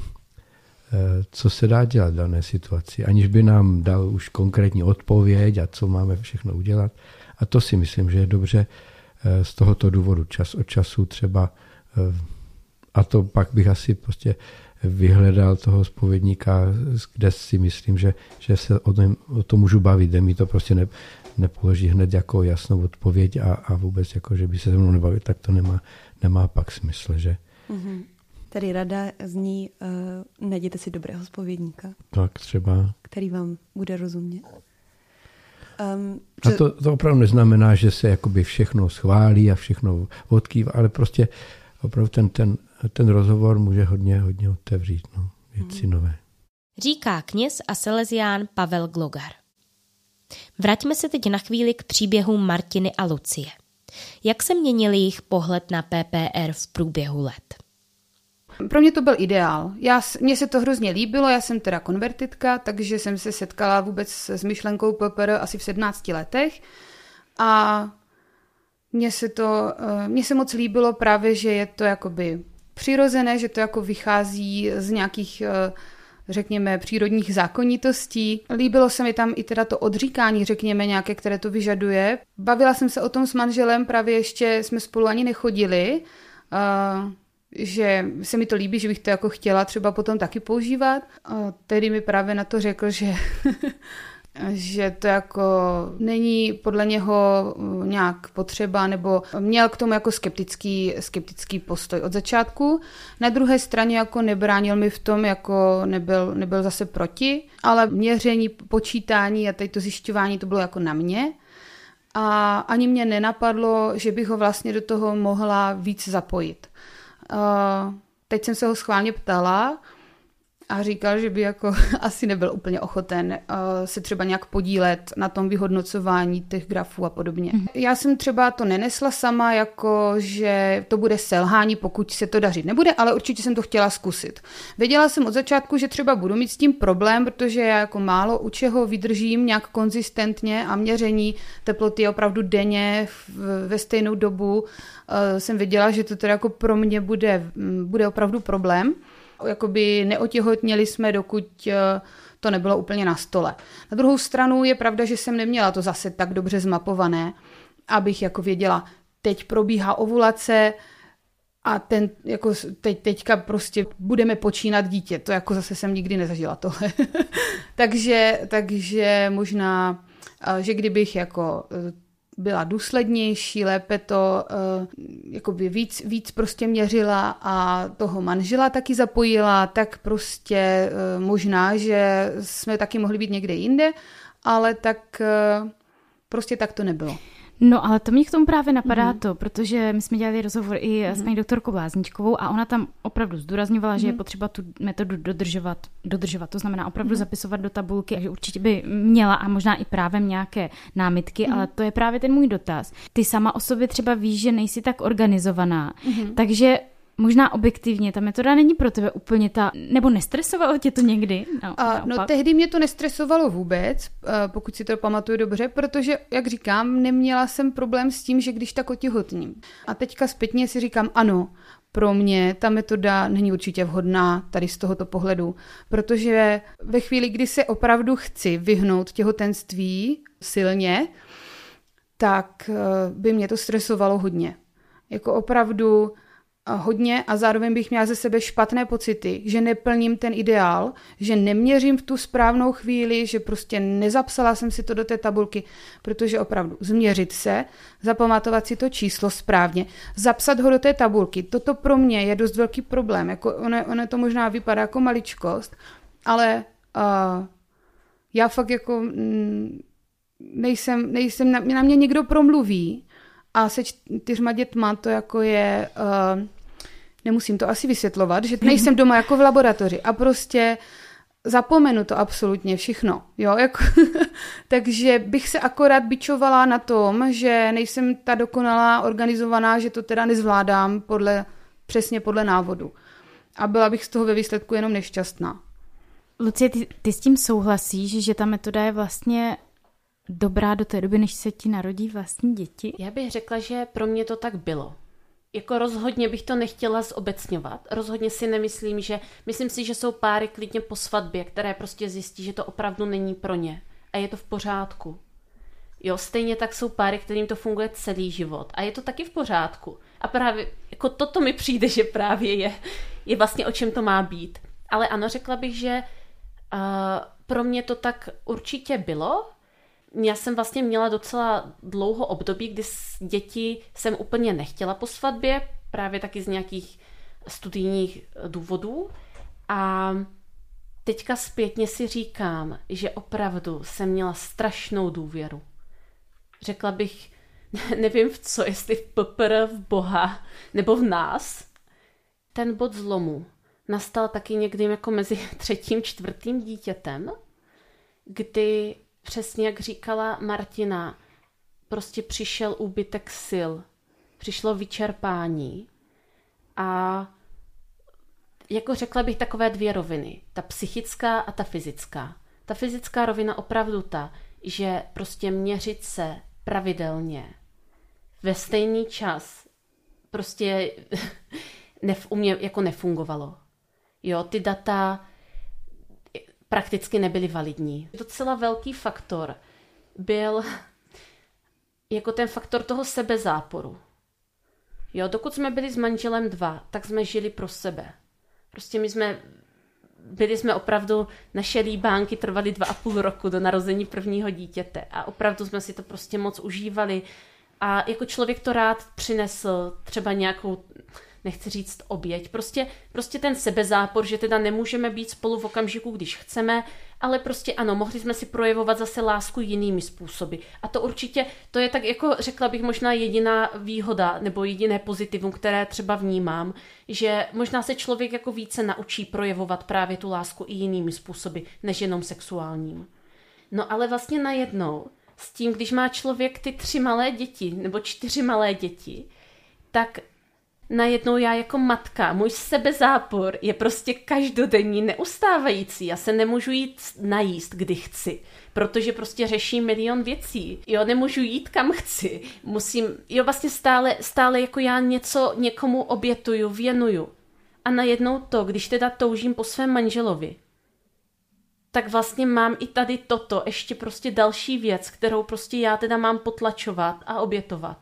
co se dá dělat v dané situaci, aniž by nám dal už konkrétní odpověď a co máme všechno udělat. A to si myslím, že je dobře z tohoto důvodu čas od času třeba, a to pak bych asi prostě vyhledal toho zpovědníka, kde si myslím, že se o tom můžu bavit, kde mi to prostě nepoloží hned jako jasnou odpověď a vůbec jako, že by se se mnou nebavit, tak to nemá pak smysl, že? Mm-hmm. Tady rada zní, najděte si dobrého zpovědníka. Tak třeba. Který vám bude rozumět. A to opravdu neznamená, že se jakoby všechno schválí a všechno odkývá, ale prostě opravdu ten rozhovor může hodně otevřít věci nové. Říká kněz a salezián Pavel Glogar. Vraťme se teď na chvíli k příběhům Martiny a Lucie. Jak se měnil jejich pohled na PPR v průběhu let? Pro mě to byl ideál. Mně se to hrozně líbilo, já jsem teda konvertitka, takže jsem se setkala vůbec s myšlenkou PPR asi v 17 letech a mně se moc líbilo právě, že je to jakoby přirozené, že to jako vychází z nějakých, řekněme, přírodních zákonitostí. Líbilo se mi tam i teda to odříkání, řekněme, nějaké, které to vyžaduje. Bavila jsem se o tom s manželem, právě ještě jsme spolu ani nechodili, že se mi to líbí, že bych to jako chtěla třeba potom taky používat. Tedy mi právě na to řekl, že to jako není podle něho nějak potřeba, nebo měl k tomu jako skeptický postoj od začátku. Na druhé straně jako nebránil mi v tom, jako nebyl zase proti, ale měření, počítání a tady to zjišťování to bylo jako na mě. A ani mě nenapadlo, že bych ho vlastně do toho mohla víc zapojit. Teď jsem se ho schválně ptala a říkal, že by jako asi nebyl úplně ochoten se třeba nějak podílet na tom vyhodnocování těch grafů a podobně. Já jsem třeba to nenesla sama, jako že to bude selhání, pokud se to dařit nebude, ale určitě jsem to chtěla zkusit. Věděla jsem od začátku, že třeba budu mít s tím problém, protože já jako málo u čeho vydržím nějak konzistentně a měření teploty opravdu denně ve stejnou dobu. Jsem věděla, že to teda jako pro mě bude opravdu problém. Jakoby neotěhotněli jsme, dokud to nebylo úplně na stole. Na druhou stranu je pravda, že jsem neměla to zase tak dobře zmapované, abych jako věděla, teď probíhá ovulace a teďka prostě budeme počínat dítě. To jako zase jsem nikdy nezažila tohle. takže možná, že kdybych jako byla důslednější, lépe to jakoby víc prostě měřila a toho manžela taky zapojila, tak prostě možná, že jsme taky mohli být někde jinde, ale tak prostě tak to nebylo. No, ale to mě k tomu právě napadá to, protože my jsme dělali rozhovor i s paní doktorkou Blázničkovou a ona tam opravdu zdůrazňovala, že je potřeba tu metodu dodržovat. To znamená opravdu zapisovat do tabulky a že určitě by měla a možná i právem nějaké námitky, ale to je právě ten můj dotaz. Ty sama o sobě třeba víš, že nejsi tak organizovaná, takže možná objektivně ta metoda není pro tebe úplně nebo nestresovalo tě to někdy? No tehdy mě to nestresovalo vůbec, pokud si to pamatuju dobře, protože, jak říkám, neměla jsem problém s tím, že když tak otěhotním. A teďka zpětně si říkám, ano, pro mě ta metoda není určitě vhodná tady z tohoto pohledu, protože ve chvíli, kdy se opravdu chci vyhnout těhotenství silně, tak by mě to stresovalo hodně. Jako opravdu hodně a zároveň bych měla ze sebe špatné pocity, že neplním ten ideál, že neměřím v tu správnou chvíli, že prostě nezapsala jsem si to do té tabulky, protože opravdu změřit se, zapamatovat si to číslo správně, zapsat ho do té tabulky, toto pro mě je dost velký problém, jako ono to možná vypadá jako maličkost, ale já fakt jako nejsem na mě někdo promluví a se 4 dětma to jako je... nemusím to asi vysvětlovat, že nejsem doma jako v laboratoři a prostě zapomenu to absolutně všechno. Jo? Takže bych se akorát bičovala na tom, že nejsem ta dokonalá organizovaná, že to teda nezvládám přesně podle návodu. A byla bych z toho ve výsledku jenom nešťastná. Lucie, ty s tím souhlasíš, že ta metoda je vlastně dobrá do té doby, než se ti narodí vlastní děti? Já bych řekla, že pro mě to tak bylo. Jako rozhodně bych to nechtěla zobecňovat. Rozhodně si nemyslím, myslím si, že jsou páry klidně po svatbě, které prostě zjistí, že to opravdu není pro ně. A je to v pořádku. Jo, stejně tak jsou páry, kterým to funguje celý život. A je to taky v pořádku. A právě jako toto mi přijde, že právě je vlastně o čem to má být. Ale ano, řekla bych, že pro mě to tak určitě bylo. Já jsem vlastně měla docela dlouho období, kdy děti jsem úplně nechtěla po svatbě, právě taky z nějakých studijních důvodů. A teďka zpětně si říkám, že opravdu jsem měla strašnou důvěru. Řekla bych, nevím v co, jestli v PPR, v Boha nebo v nás. Ten bod zlomu nastal taky někdy jako mezi 3. a 4. dítětem, kdy přesně jak říkala Martina, prostě přišel úbytek sil, přišlo vyčerpání a jako řekla bych takové 2 roviny, ta psychická a ta fyzická. Ta fyzická rovina opravdu ta, že prostě měřit se pravidelně ve stejný čas prostě u mě jako nefungovalo. Jo, ty data prakticky nebyly validní. Docela velký faktor byl jako ten faktor toho sebezáporu. Jo, dokud jsme byli s manželem 2, tak jsme žili pro sebe. Prostě byli jsme opravdu, naše líbánky trvaly 2,5 roku do narození prvního dítěte a opravdu jsme si to prostě moc užívali a jako člověk to rád přinesl třeba nějakou, nechci říct oběť, prostě ten sebezápor, že teda nemůžeme být spolu v okamžiku, když chceme, ale prostě ano, mohli jsme si projevovat zase lásku jinými způsoby. A to určitě, to je tak jako řekla bych možná jediná výhoda nebo jediné pozitivum, které třeba vnímám, že možná se člověk jako více naučí projevovat právě tu lásku i jinými způsoby, než jenom sexuálním. No ale vlastně najednou s tím, když má člověk ty 3 malé děti nebo 4 malé děti, tak najednou já jako matka, můj sebezápor je prostě každodenní, neustávající. Já se nemůžu jít najíst, kdy chci, protože prostě řeším milion věcí. Jo, nemůžu jít kam chci. Vlastně stále jako já něco někomu obětuju, věnuju. A najednou to, když teda toužím po svém manželovi, tak vlastně mám i tady toto, ještě prostě další věc, kterou prostě já teda mám potlačovat a obětovat.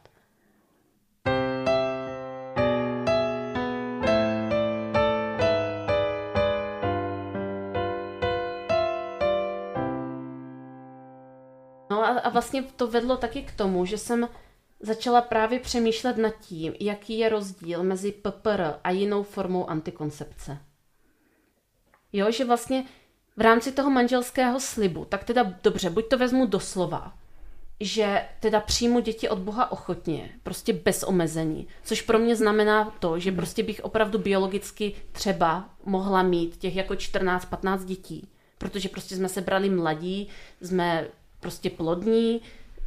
No a vlastně to vedlo taky k tomu, že jsem začala právě přemýšlet nad tím, jaký je rozdíl mezi PPR a jinou formou antikoncepce. Jo, že vlastně v rámci toho manželského slibu, tak teda dobře, buď to vezmu doslova, že teda přijmu děti od Boha ochotně, prostě bez omezení, což pro mě znamená to, že prostě bych opravdu biologicky třeba mohla mít těch jako 14-15 dětí, protože prostě jsme se brali mladí, jsme prostě plodní,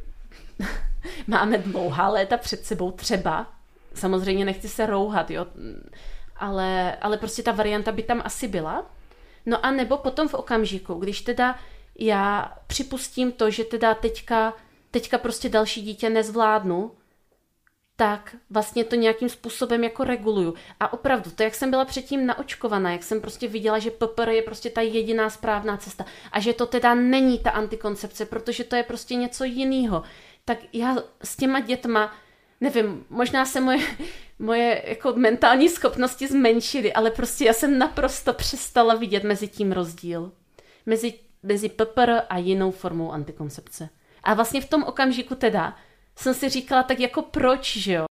máme dlouhá léta před sebou třeba, samozřejmě nechci se rouhat, jo, ale prostě ta varianta by tam asi byla. No a nebo potom v okamžiku, když teda já připustím to, že teda teďka prostě další dítě nezvládnu, tak vlastně to nějakým způsobem jako reguluju. A opravdu, to jak jsem byla předtím naočkovaná, jak jsem prostě viděla, že PPR je prostě ta jediná správná cesta a že to teda není ta antikoncepce, protože to je prostě něco jiného, tak já s těma dětma, nevím, možná se moje jako mentální schopnosti zmenšily, ale prostě já jsem naprosto přestala vidět mezi tím rozdíl. Mezi PPR a jinou formou antikoncepce. A vlastně v tom okamžiku teda jsem si říkala tak jako proč, že jo?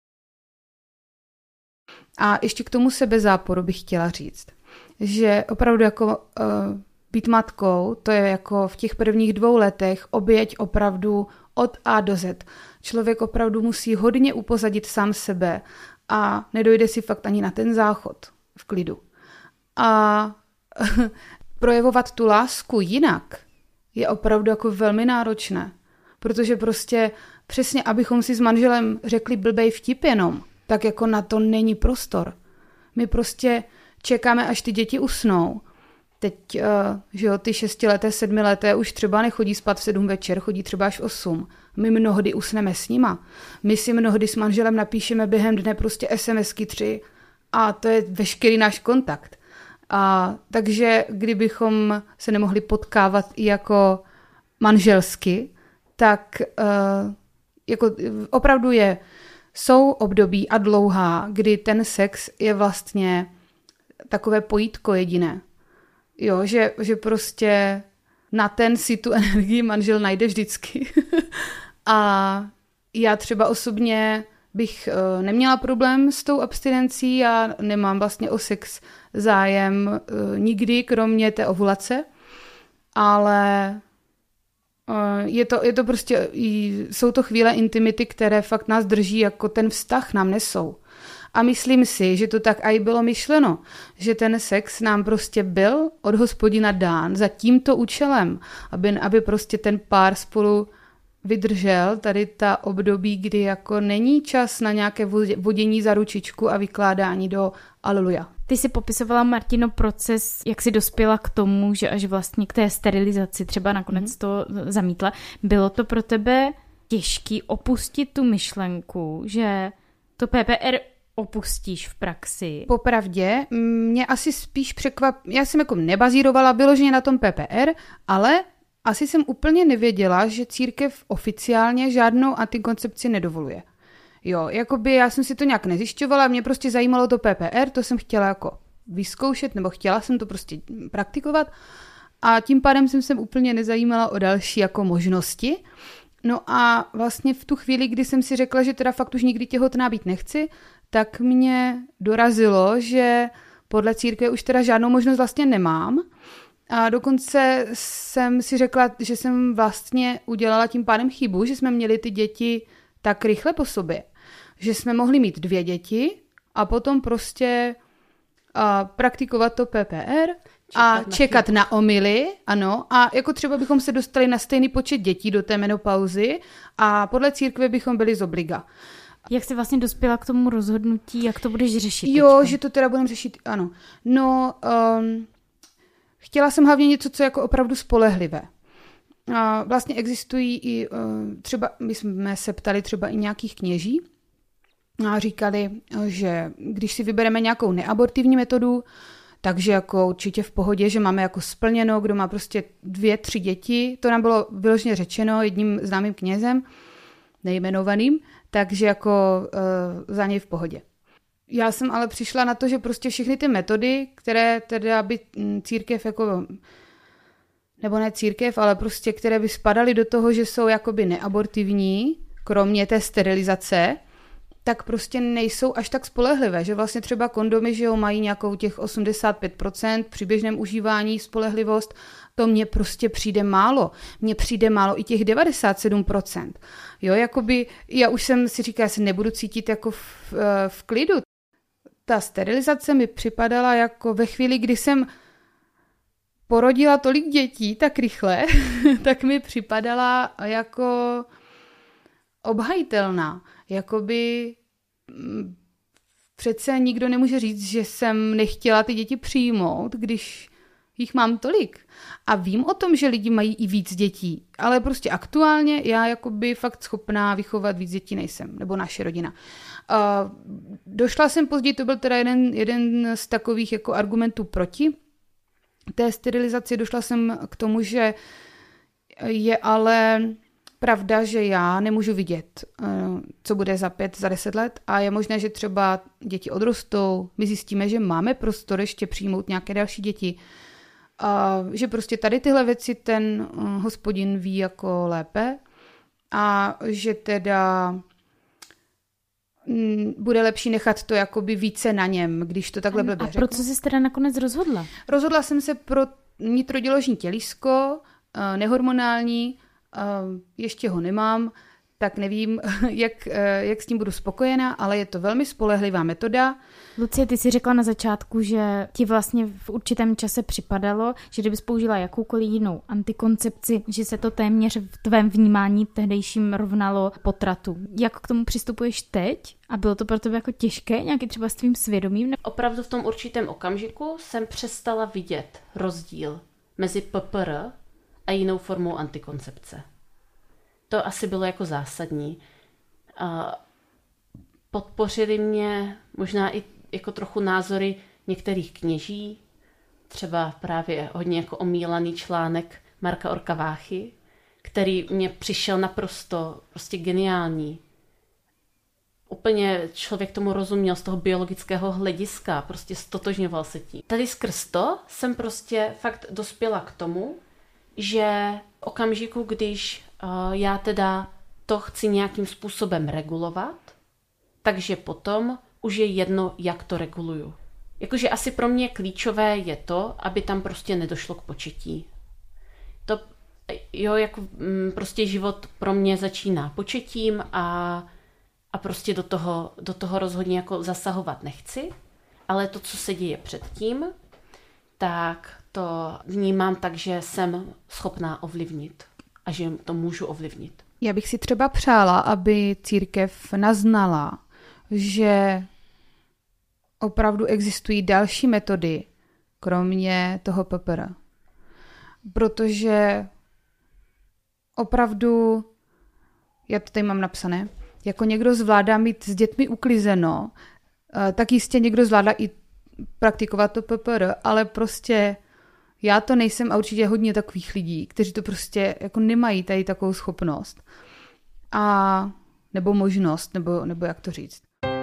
A ještě k tomu sebezáporu bych chtěla říct, že opravdu jako být matkou, to je jako v těch prvních 2 letech oběť opravdu od A do Z. Člověk opravdu musí hodně upozadit sám sebe a nedojde si fakt ani na ten záchod v klidu. A projevovat tu lásku jinak je opravdu jako velmi náročné, protože prostě přesně, abychom si s manželem řekli blbej vtip jenom, tak jako na to není prostor. My prostě čekáme, až ty děti usnou. Teď, že jo, ty 6leté, 7leté už třeba nechodí spát v 7 večer, chodí třeba až v 8. My mnohdy usneme s nima. My si mnohdy s manželem napíšeme během dne prostě SMSky 3 a to je veškerý náš kontakt. Takže kdybychom se nemohli potkávat i jako manželsky, tak jako opravdu jsou období a dlouhá, kdy ten sex je vlastně takové pojítko jediné. Jo, že prostě na ten si tu energii manžel najde vždycky. A já třeba osobně bych neměla problém s tou abstinencí, já nemám vlastně o sex zájem nikdy, kromě té ovulace, ale je to prostě, jsou to chvíle intimity, které fakt nás drží, jako ten vztah nám nesou. A myslím si, že to tak i bylo myšleno, že ten sex nám prostě byl od Hospodina dán za tímto účelem, aby prostě ten pár spolu vydržel tady ta období, kdy jako není čas na nějaké vodění za ručičku a vykládání do Aleluja. Ty jsi popisovala, Martino, proces, jak jsi dospěla k tomu, že až vlastně k té sterilizaci třeba nakonec to zamítla. Bylo to pro tebe těžký opustit tu myšlenku, že to PPR opustíš v praxi? Popravdě, mě asi spíš já jsem jako nebazírovala vyloženě na tom PPR, ale asi jsem úplně nevěděla, že církev oficiálně žádnou antikoncepci nedovoluje. Jo, jakoby já jsem si to nějak nezjišťovala, mě prostě zajímalo to PPR, to jsem chtěla jako vyzkoušet, nebo chtěla jsem to prostě praktikovat a tím pádem jsem se úplně nezajímala o další jako možnosti. No a vlastně v tu chvíli, kdy jsem si řekla, že teda fakt už nikdy těhotná být nechci, tak mě dorazilo, že podle církve už teda žádnou možnost vlastně nemám. A dokonce jsem si řekla, že jsem vlastně udělala tím pádem chybu, že jsme měli ty děti tak rychle po sobě, že jsme mohli mít 2 děti a potom prostě praktikovat to PPR a čekat na omily, ano, a jako třeba bychom se dostali na stejný počet dětí do té menopauzy a podle církve bychom byli z obliga. Jak jsi vlastně dospěla k tomu rozhodnutí, jak to budeš řešit? Jo, teďka? že to teda budeme řešit, ano. No, chtěla jsem hlavně něco, co je jako opravdu spolehlivé. Vlastně existují i třeba, my jsme se ptali třeba i nějakých kněží a říkali, že když si vybereme nějakou neabortivní metodu, Takže jako určitě v pohodě, že máme jako splněno, kdo má prostě 2-3 děti. To nám bylo vyloženě řečeno jedním známým knězem, nejmenovaným, takže jako za něj v pohodě. Já jsem ale přišla na to, že prostě všechny ty metody, které teda by církev jako, nebo ne církev, ale prostě které by spadaly do toho, že jsou jakoby neabortivní, kromě té sterilizace, tak prostě nejsou až tak spolehlivé, že vlastně třeba kondomy, že jo, mají nějakou těch 85% při běžném užívání spolehlivost, to mně prostě přijde málo. Mně přijde málo i těch 97%. Jo, jakoby, já už jsem si říkala, já se nebudu cítit jako v klidu. Ta sterilizace mi připadala jako ve chvíli, kdy jsem porodila tolik dětí tak rychle, tak mi připadala jako obhajitelná. Jakoby přece nikdo nemůže říct, že jsem nechtěla ty děti přijmout, když jich mám tolik. A vím o tom, že lidi mají i víc dětí, ale prostě aktuálně já jakoby fakt schopná vychovat víc dětí nejsem, nebo naše rodina. Došla jsem později, to byl teda jeden z takových jako argumentů proti té sterilizaci, došla jsem k tomu, že je ale pravda, že já nemůžu vidět, co bude za 5, za 10 let a je možné, že třeba děti odrostou, my zjistíme, že máme prostor ještě přijmout nějaké další děti, a že prostě tady tyhle věci ten Hospodin ví jako lépe a že teda bude lepší nechat to jakoby více na něm, když to takhle blbě řeknu. A pro co jsi teda nakonec rozhodla? Rozhodla jsem se pro nitroděložní tělísko, nehormonální, ještě ho nemám, tak nevím, jak s tím budu spokojená, ale je to velmi spolehlivá metoda. Lucie, ty jsi řekla na začátku, že ti vlastně v určitém čase připadalo, že kdybys použila jakoukoliv jinou antikoncepci, že se to téměř v tvém vnímání tehdejším rovnalo potratu. Jak k tomu přistupuješ teď? A bylo to pro tebe jako těžké, nějaký třeba s tvým svědomím? Opravdu v tom určitém okamžiku jsem přestala vidět rozdíl mezi PPR a jinou formou antikoncepce. To asi bylo jako zásadní. Podpořili mě možná i jako trochu názory některých kněží, třeba právě hodně jako omílaný článek Marka Orkaváchy, který mě přišel naprosto prostě geniální. Úplně člověk tomu rozuměl z toho biologického hlediska, prostě stotožňoval se tím. Tady skrz to jsem prostě fakt dospěla k tomu, že v okamžiku, když já teda to chci nějakým způsobem regulovat, takže potom už je jedno, jak to reguluju. Jakože asi pro mě klíčové je to, aby tam prostě nedošlo k početí. To, jo, jako prostě život pro mě začíná početím a prostě do toho rozhodně jako zasahovat nechci, ale to, co se děje předtím, tak to vnímám tak, že jsem schopná ovlivnit a že to můžu ovlivnit. Já bych si třeba přála, aby církev naznala, že opravdu existují další metody, kromě toho PPR. Protože opravdu, já to tady mám napsané, jako někdo zvládá mít s dětmi uklizeno, tak jistě někdo zvládá i praktikovat to PPR, ale prostě já to nejsem a určitě hodně takových lidí, kteří to prostě jako nemají tady takovou schopnost. A nebo možnost, nebo jak to říct.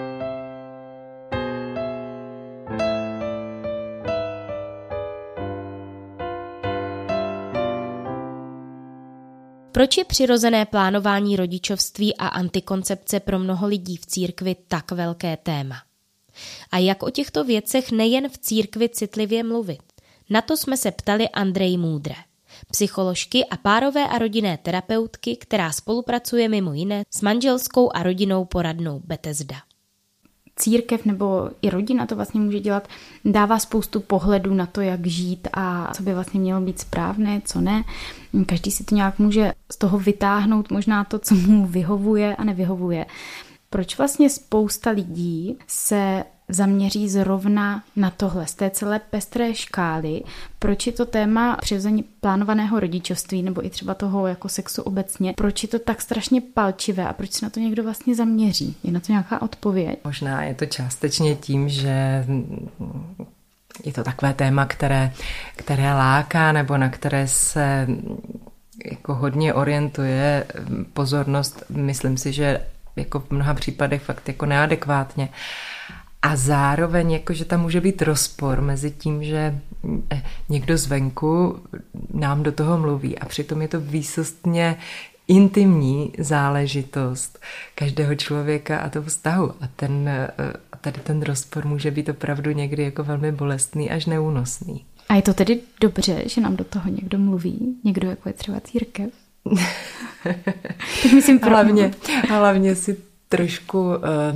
Proč je přirozené plánování rodičovství a antikoncepce pro mnoho lidí v církvi tak velké téma? A jak o těchto věcech nejen v církvi citlivě mluvit? Na to jsme se ptali Andreji Můdré, psycholožky a párové a rodinné terapeutky, která spolupracuje mimo jiné s manželskou a rodinnou poradnou Bethesda. Církev nebo i rodina to vlastně může dělat, dává spoustu pohledů na to, jak žít a co by vlastně mělo být správné, co ne. Každý si to nějak může z toho vytáhnout možná to, co mu vyhovuje a nevyhovuje. Proč vlastně spousta lidí se zaměří zrovna na tohle, z té celé pestré škály, proč je to téma přirozeně plánovaného rodičovství nebo i třeba toho jako sexu obecně, proč je to tak strašně palčivé a proč se na to někdo vlastně zaměří? Je na to nějaká odpověď? Možná je to částečně tím, že je to takové téma, které láká nebo na které se jako hodně orientuje pozornost. Myslím si, že jako v mnoha případech fakt jako neadekvátně. A zároveň, jako, že tam může být rozpor mezi tím, že někdo zvenku nám do toho mluví a přitom je to výsostně intimní záležitost každého člověka a toho vztahu. A tady ten rozpor může být opravdu někdy jako velmi bolestný až neúnosný. A je to tedy dobře, že nám do toho někdo mluví? Někdo, jako je třeba církev? Tak myslím, hlavně si trošku...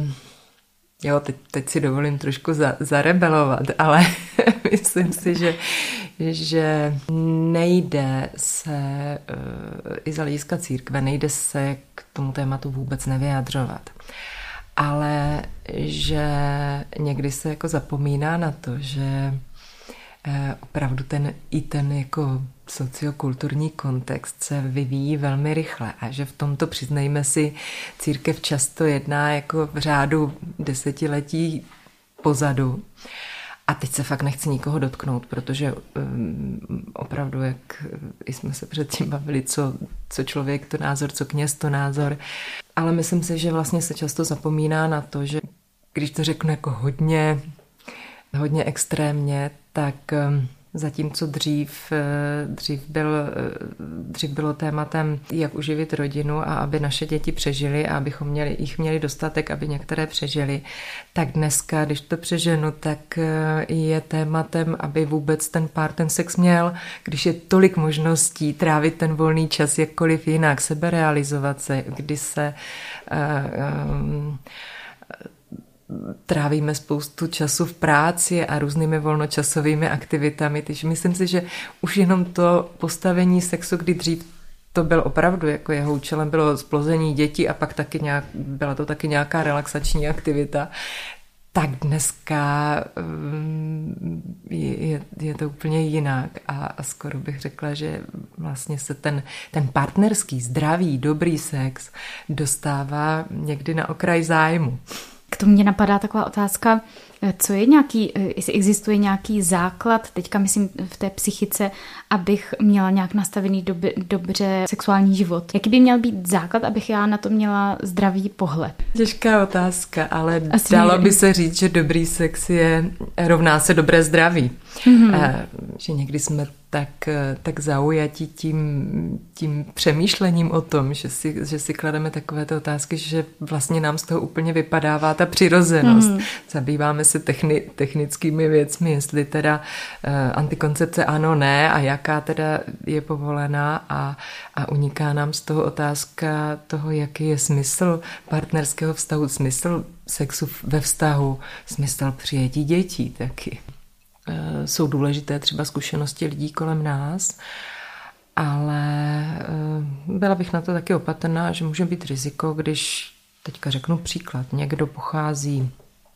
teď si dovolím trošku zarebelovat, ale myslím si, že nejde se, i z hlediska církve, nejde se k tomu tématu vůbec nevyjadřovat. Ale že někdy se jako zapomíná na to, že opravdu ten jako sociokulturní kontext se vyvíjí velmi rychle a že v tomto, přiznejme si, církev často jedná jako v řádu desetiletí pozadu. A teď se fakt nechci nikoho dotknout, protože opravdu, jak jsme se předtím bavili, co člověk to názor, co kněz to názor. Ale myslím si, že vlastně se často zapomíná na to, že když to řeknu jako hodně extrémně, tak zatímco dřív bylo tématem, jak uživit rodinu a aby naše děti přežily a abychom jich měli dostatek, aby některé přežily, tak dneska, když to přeženu, tak je tématem, aby vůbec ten pár ten sex měl, když je tolik možností trávit ten volný čas jakkoliv jinak, seberealizovat se, kdy se trávíme spoustu času v práci a různými volnočasovými aktivitami. Takže myslím si, že už jenom to postavení sexu, kdy dřív to byl opravdu, jako jeho účelem bylo splození dětí a pak byla to taky nějaká relaxační aktivita, tak dneska je to úplně jinak a skoro bych řekla, že vlastně se ten partnerský, zdravý, dobrý sex dostává někdy na okraj zájmu. K tomu mě napadá taková otázka, co je jestli existuje nějaký základ, teďka myslím v té psychice, abych měla nějak nastavený dobře sexuální život. Jaký by měl být základ, abych já na to měla zdravý pohled? Těžká otázka, ale dalo by se říct, že dobrý sex rovná se dobré zdraví. Mm-hmm. Že někdy jsme tak zaujatí tím přemýšlením o tom, že si klademe takovéto otázky, že vlastně nám z toho úplně vypadává ta přirozenost. Mm-hmm. Zabýváme se technickými věcmi, jestli teda antikoncepce ano, ne a jaká teda je povolená a uniká nám z toho otázka toho, jaký je smysl partnerského vztahu, smysl sexu ve vztahu, smysl přijetí dětí taky. Jsou důležité třeba zkušenosti lidí kolem nás, ale byla bych na to taky opatrná, že může být riziko, když, teďka řeknu příklad, někdo pochází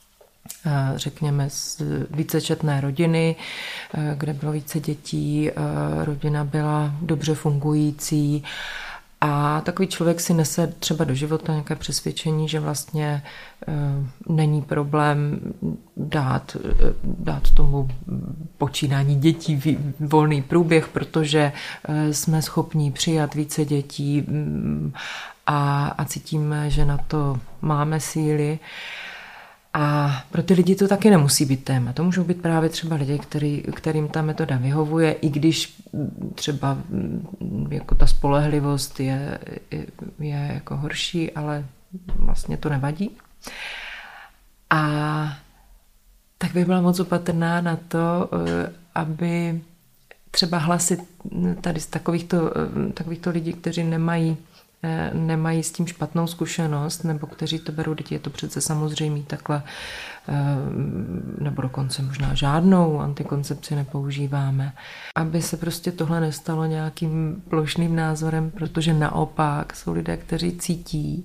řekněme z vícečetné rodiny, kde bylo více dětí, rodina byla dobře fungující a takový člověk si nese třeba do života nějaké přesvědčení, že vlastně není problém dát tomu počínání dětí volný průběh, protože jsme schopní přijat více dětí a cítíme, že na to máme síly. A pro ty lidi to taky nemusí být téma. To můžou být právě třeba lidi, kterým ta metoda vyhovuje, i když třeba jako ta spolehlivost je jako horší, ale vlastně to nevadí. A tak bych byla moc opatrná na to, aby třeba hlasy tady z takovýchto lidí, kteří nemají s tím špatnou zkušenost, nebo kteří to berou, je to přece samozřejmé takhle, nebo dokonce možná žádnou antikoncepci nepoužíváme, aby se prostě tohle nestalo nějakým plošným názorem, protože naopak jsou lidé, kteří cítí,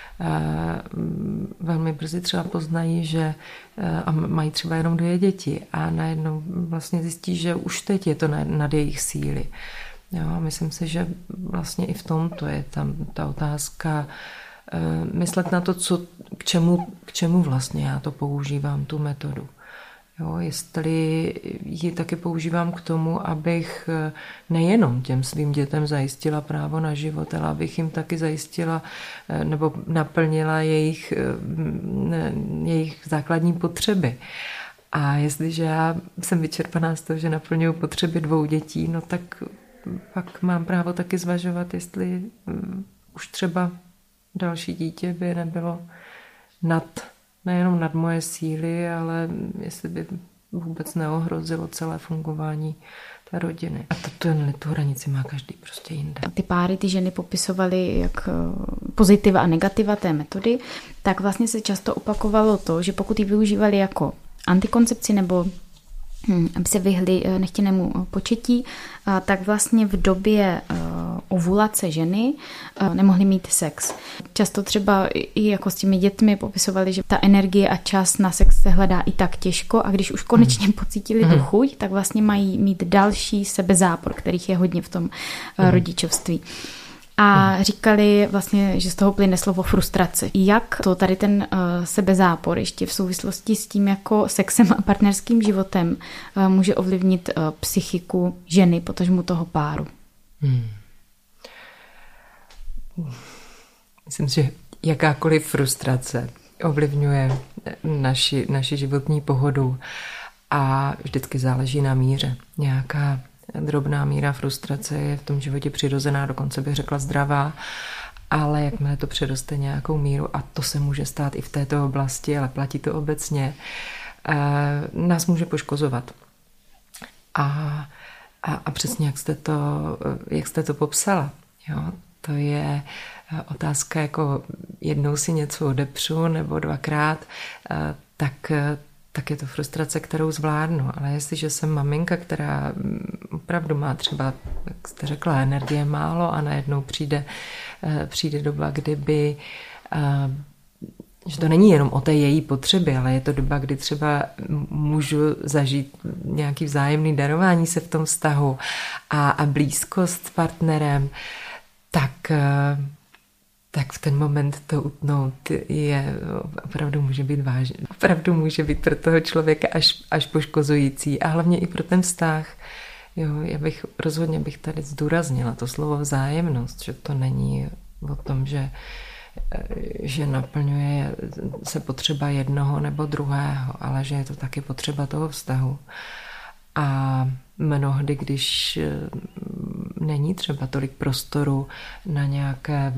velmi brzy třeba poznají, že a mají třeba jenom 2 děti a najednou vlastně zjistí, že už teď je to nad jejich síly. Jo, myslím si, že vlastně i v tomto je tam ta otázka myslet na to, k čemu vlastně já to používám, tu metodu. Jo, jestli ji taky používám k tomu, abych nejenom těm svým dětem zajistila právo na život, ale abych jim taky zajistila nebo naplnila jejich základní potřeby. A jestliže já jsem vyčerpaná z toho, že naplňuji potřeby 2 dětí, no tak pak mám právo taky zvažovat, jestli už třeba další dítě by nebylo nejenom nad moje síly, ale jestli by vůbec neohrozilo celé fungování té rodiny. A tu hranici má každý prostě jinde. Ty páry, ty ženy popisovaly jak pozitiva a negativa té metody, tak vlastně se často opakovalo to, že pokud ji využívali jako antikoncepci nebo aby se vyhli nechtěnému početí, tak vlastně v době ovulace ženy nemohly mít sex. Často třeba i jako s těmi dětmi popisovali, že ta energie a čas na sex se hledá i tak těžko a když už konečně pocítili tu chuť, tak vlastně mají mít další sebezápor, kterých je hodně v tom rodičovství. A říkali vlastně, že z toho plyne slovo frustrace. Jak to tady ten sebezápor ještě v souvislosti s tím jako sexem a partnerským životem může ovlivnit psychiku ženy, potažmu toho páru? Myslím, že jakákoliv frustrace ovlivňuje naši životní pohodu a vždycky záleží na míře. Nějaká drobná míra frustrace je v tom životě přirozená, dokonce bych řekla zdravá, ale jakmile to přeroste nějakou míru, a to se může stát i v této oblasti, ale platí to obecně, nás může poškozovat. A přesně jak jste to popsala, jo? To je otázka, jako jednou si něco odepřu nebo 2krát, tak je to frustrace, kterou zvládnu. Ale jestliže jsem maminka, která opravdu má třeba, jak jste řekla, energie málo a najednou přijde doba, kdyby, že to není jenom o té její potřeby, ale je to doba, kdy třeba můžu zažít nějaký vzájemný darování se v tom vztahu a blízkost s partnerem, tak v ten moment to utnout opravdu může být vážné. Opravdu může být pro toho člověka až poškozující a hlavně i pro ten vztah. Jo, rozhodně bych tady zdůraznila to slovo vzájemnost, že to není o tom, že naplňuje se potřeba jednoho nebo druhého, ale že je to taky potřeba toho vztahu. A mnohdy, když není třeba tolik prostoru na nějaké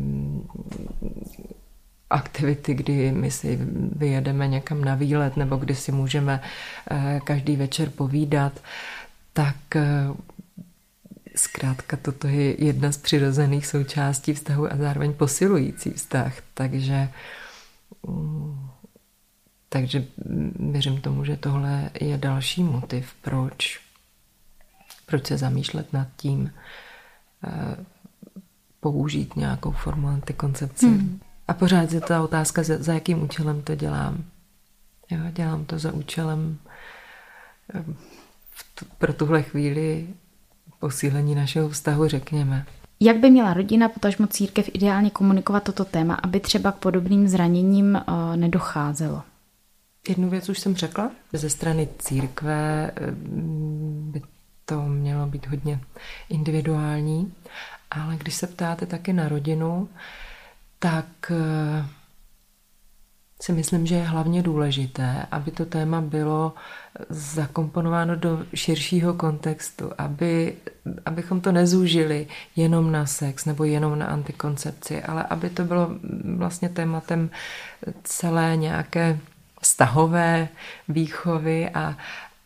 aktivity, kdy my si vyjedeme někam na výlet nebo kdy si můžeme každý večer povídat, tak zkrátka toto je jedna z přirozených součástí vztahu a zároveň posilující vztah. Takže věřím tomu, že tohle je další motiv, proč se zamýšlet nad tím, použít nějakou formu antikoncepce. A pořád je ta otázka, za jakým účelem to dělám. Jo, dělám to za účelem pro tuhle chvíli posílení našeho vztahu, řekněme. Jak by měla rodina, potažmo církev ideálně komunikovat toto téma, aby třeba k podobným zraněním nedocházelo? Jednu věc už jsem řekla. Ze strany církve by to mělo být hodně individuální, ale když se ptáte taky na rodinu, tak si myslím, že je hlavně důležité, aby to téma bylo zakomponováno do širšího kontextu, abychom to nezúžili jenom na sex nebo jenom na antikoncepci, ale aby to bylo vlastně tématem celé nějaké vztahové výchovy a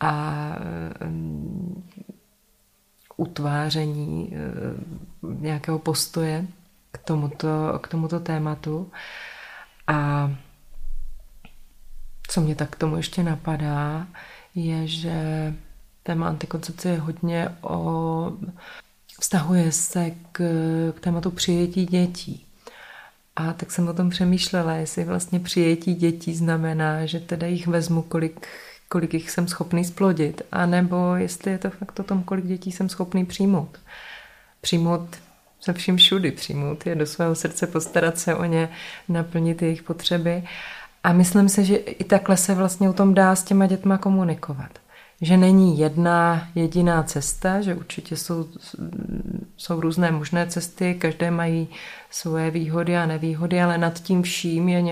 utváření nějakého postoje k tomuto tématu. A co mě tak k tomu ještě napadá, je, že téma antikoncepce je hodně vztahuje se k tématu přijetí dětí. A tak jsem o tom přemýšlela, jestli vlastně přijetí dětí znamená, že teda jich vezmu, kolik jich jsem schopný splodit, anebo jestli je to fakt o tom, kolik dětí jsem schopný přijmout. Přijmout se vším všudy, přijmout je do svého srdce, postarat se o ně, naplnit jejich potřeby A myslím si, že i takhle se vlastně o tom dá s těma dětma komunikovat. Že není jedna jediná cesta, že určitě jsou různé možné cesty, každé mají svoje výhody a nevýhody, ale nad tím vším je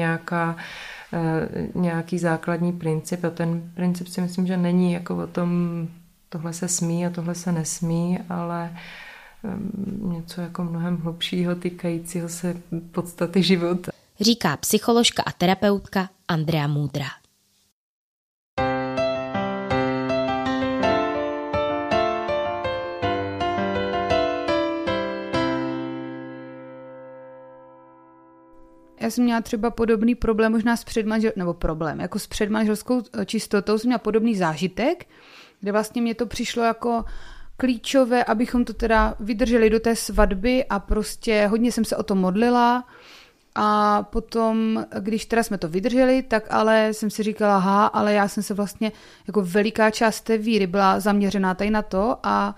nějaký základní princip a ten princip si myslím, že není jako o tom, tohle se smí a tohle se nesmí, ale něco jako mnohem hlubšího týkajícího se podstaty života. Říká psycholožka a terapeutka Andrea Můdra. Já jsem měla třeba podobný problém možná s předmanželskou čistotou, jsem měla podobný zážitek, kde vlastně mě to přišlo jako klíčové, abychom to teda vydrželi do té svatby a prostě hodně jsem se o to modlila a potom, když teda jsme to vydrželi, tak ale jsem si říkala, ale já jsem se vlastně jako veliká část té víry byla zaměřená tady na to a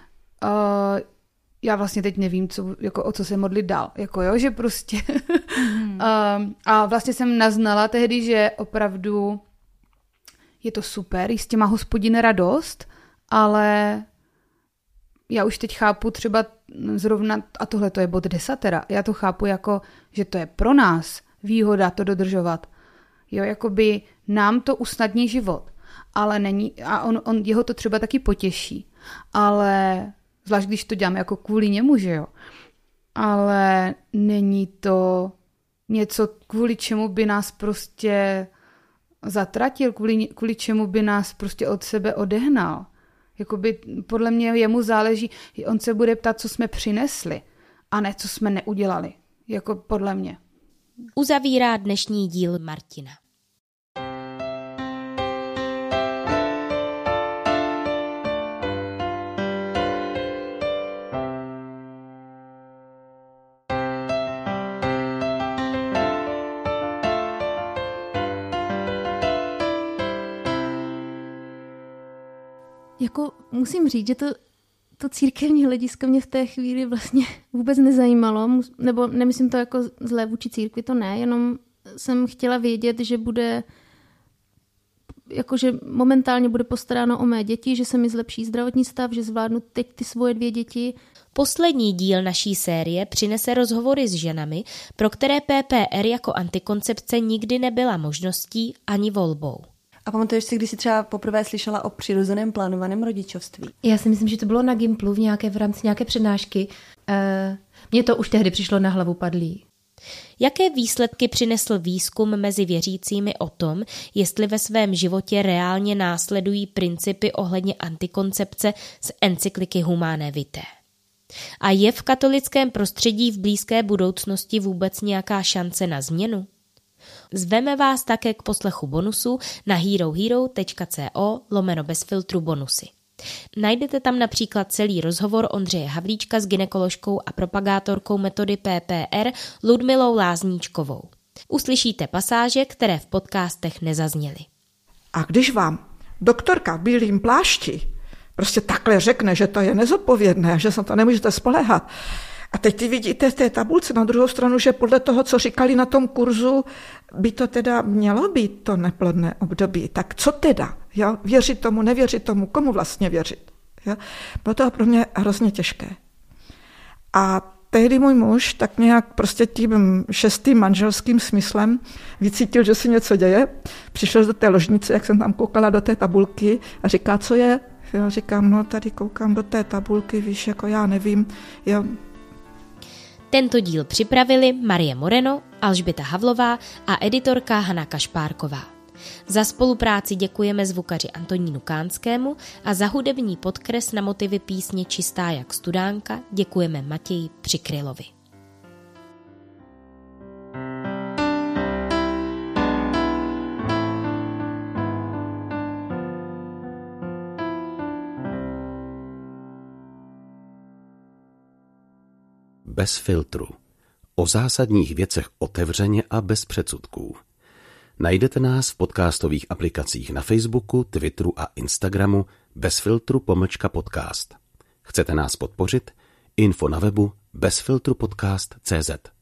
já vlastně teď nevím, o co se modlit dál. Že prostě... a vlastně jsem naznala tehdy, že opravdu je to super, jistě má Hospodin radost, ale já už teď chápu třeba zrovna, a tohle to je bod 10 teda, já to chápu jako, že to je pro nás výhoda to dodržovat. Jakoby nám to usnadní život, ale není, a jeho to třeba taky potěší, ale... Zvlášť, když to děláme jako kvůli němu, že jo. Ale není to něco, kvůli čemu by nás prostě zatratil, kvůli čemu by nás prostě od sebe odehnal. Jakoby podle mě jemu záleží, on se bude ptát, co jsme přinesli, a ne, co jsme neudělali. Jako podle mě. Uzavírá dnešní díl Martina. Jako musím říct, že to církevní hledisko mě v té chvíli vlastně vůbec nezajímalo, nebo nemyslím to jako zlé vůči církvi, to ne, jenom jsem chtěla vědět, že bude, jakože momentálně bude postaráno o mé děti, že se mi zlepší zdravotní stav, že zvládnu teď ty svoje 2 děti. Poslední díl naší série přinese rozhovory s ženami, pro které PPR jako antikoncepce nikdy nebyla možností ani volbou. A pamatuješ si, když jsi třeba poprvé slyšela o přirozeném plánovaném rodičovství? Já si myslím, že to bylo na Gimplu v rámci nějaké přednášky. Mně to už tehdy přišlo na hlavu padlý. Jaké výsledky přinesl výzkum mezi věřícími o tom, jestli ve svém životě reálně následují principy ohledně antikoncepce z encykliky Humanae Vitae? A je v katolickém prostředí v blízké budoucnosti vůbec nějaká šance na změnu? Zveme vás také k poslechu bonusů na herohero.co/bezfiltru bonusy. Najdete tam například celý rozhovor Ondřeje Havlíčka s gynekoložkou a propagátorkou metody PPR Ludmilou Lázníčkovou. Uslyšíte pasáže, které v podcastech nezazněly. A když vám doktorka v bílém plášti prostě takhle řekne, že to je nezodpovědné, že se to nemůžete spoléhat, a teď ty vidíte v té tabulce na druhou stranu, že podle toho, co říkali na tom kurzu, by to teda mělo být to neplodné období. Tak co teda? Jo? Věřit tomu, nevěřit tomu, komu vlastně věřit? Jo? Bylo to pro mě hrozně těžké. A tehdy můj muž tak nějak prostě tím 6. manželským smyslem vycítil, že se něco děje. Přišel do té ložnice, jak jsem tam koukala do té tabulky a říká, co je? Já říkám, no tady koukám do té tabulky, víš, jako já nevím, jo. Tento díl připravili Marie Moreno, Alžběta Havlová a editorka Hana Kašpárková. Za spolupráci děkujeme zvukaři Antonínu Kánskému a za hudební podkres na motivy písně Čistá jak studánka děkujeme Matěji Přikrylovi. Bez filtru. O zásadních věcech otevřeně a bez předsudků. Najdete nás v podcastových aplikacích na Facebooku, Twitteru a Instagramu bezfiltru_podcast. Chcete nás podpořit? Info na webu bezfiltrupodcast.cz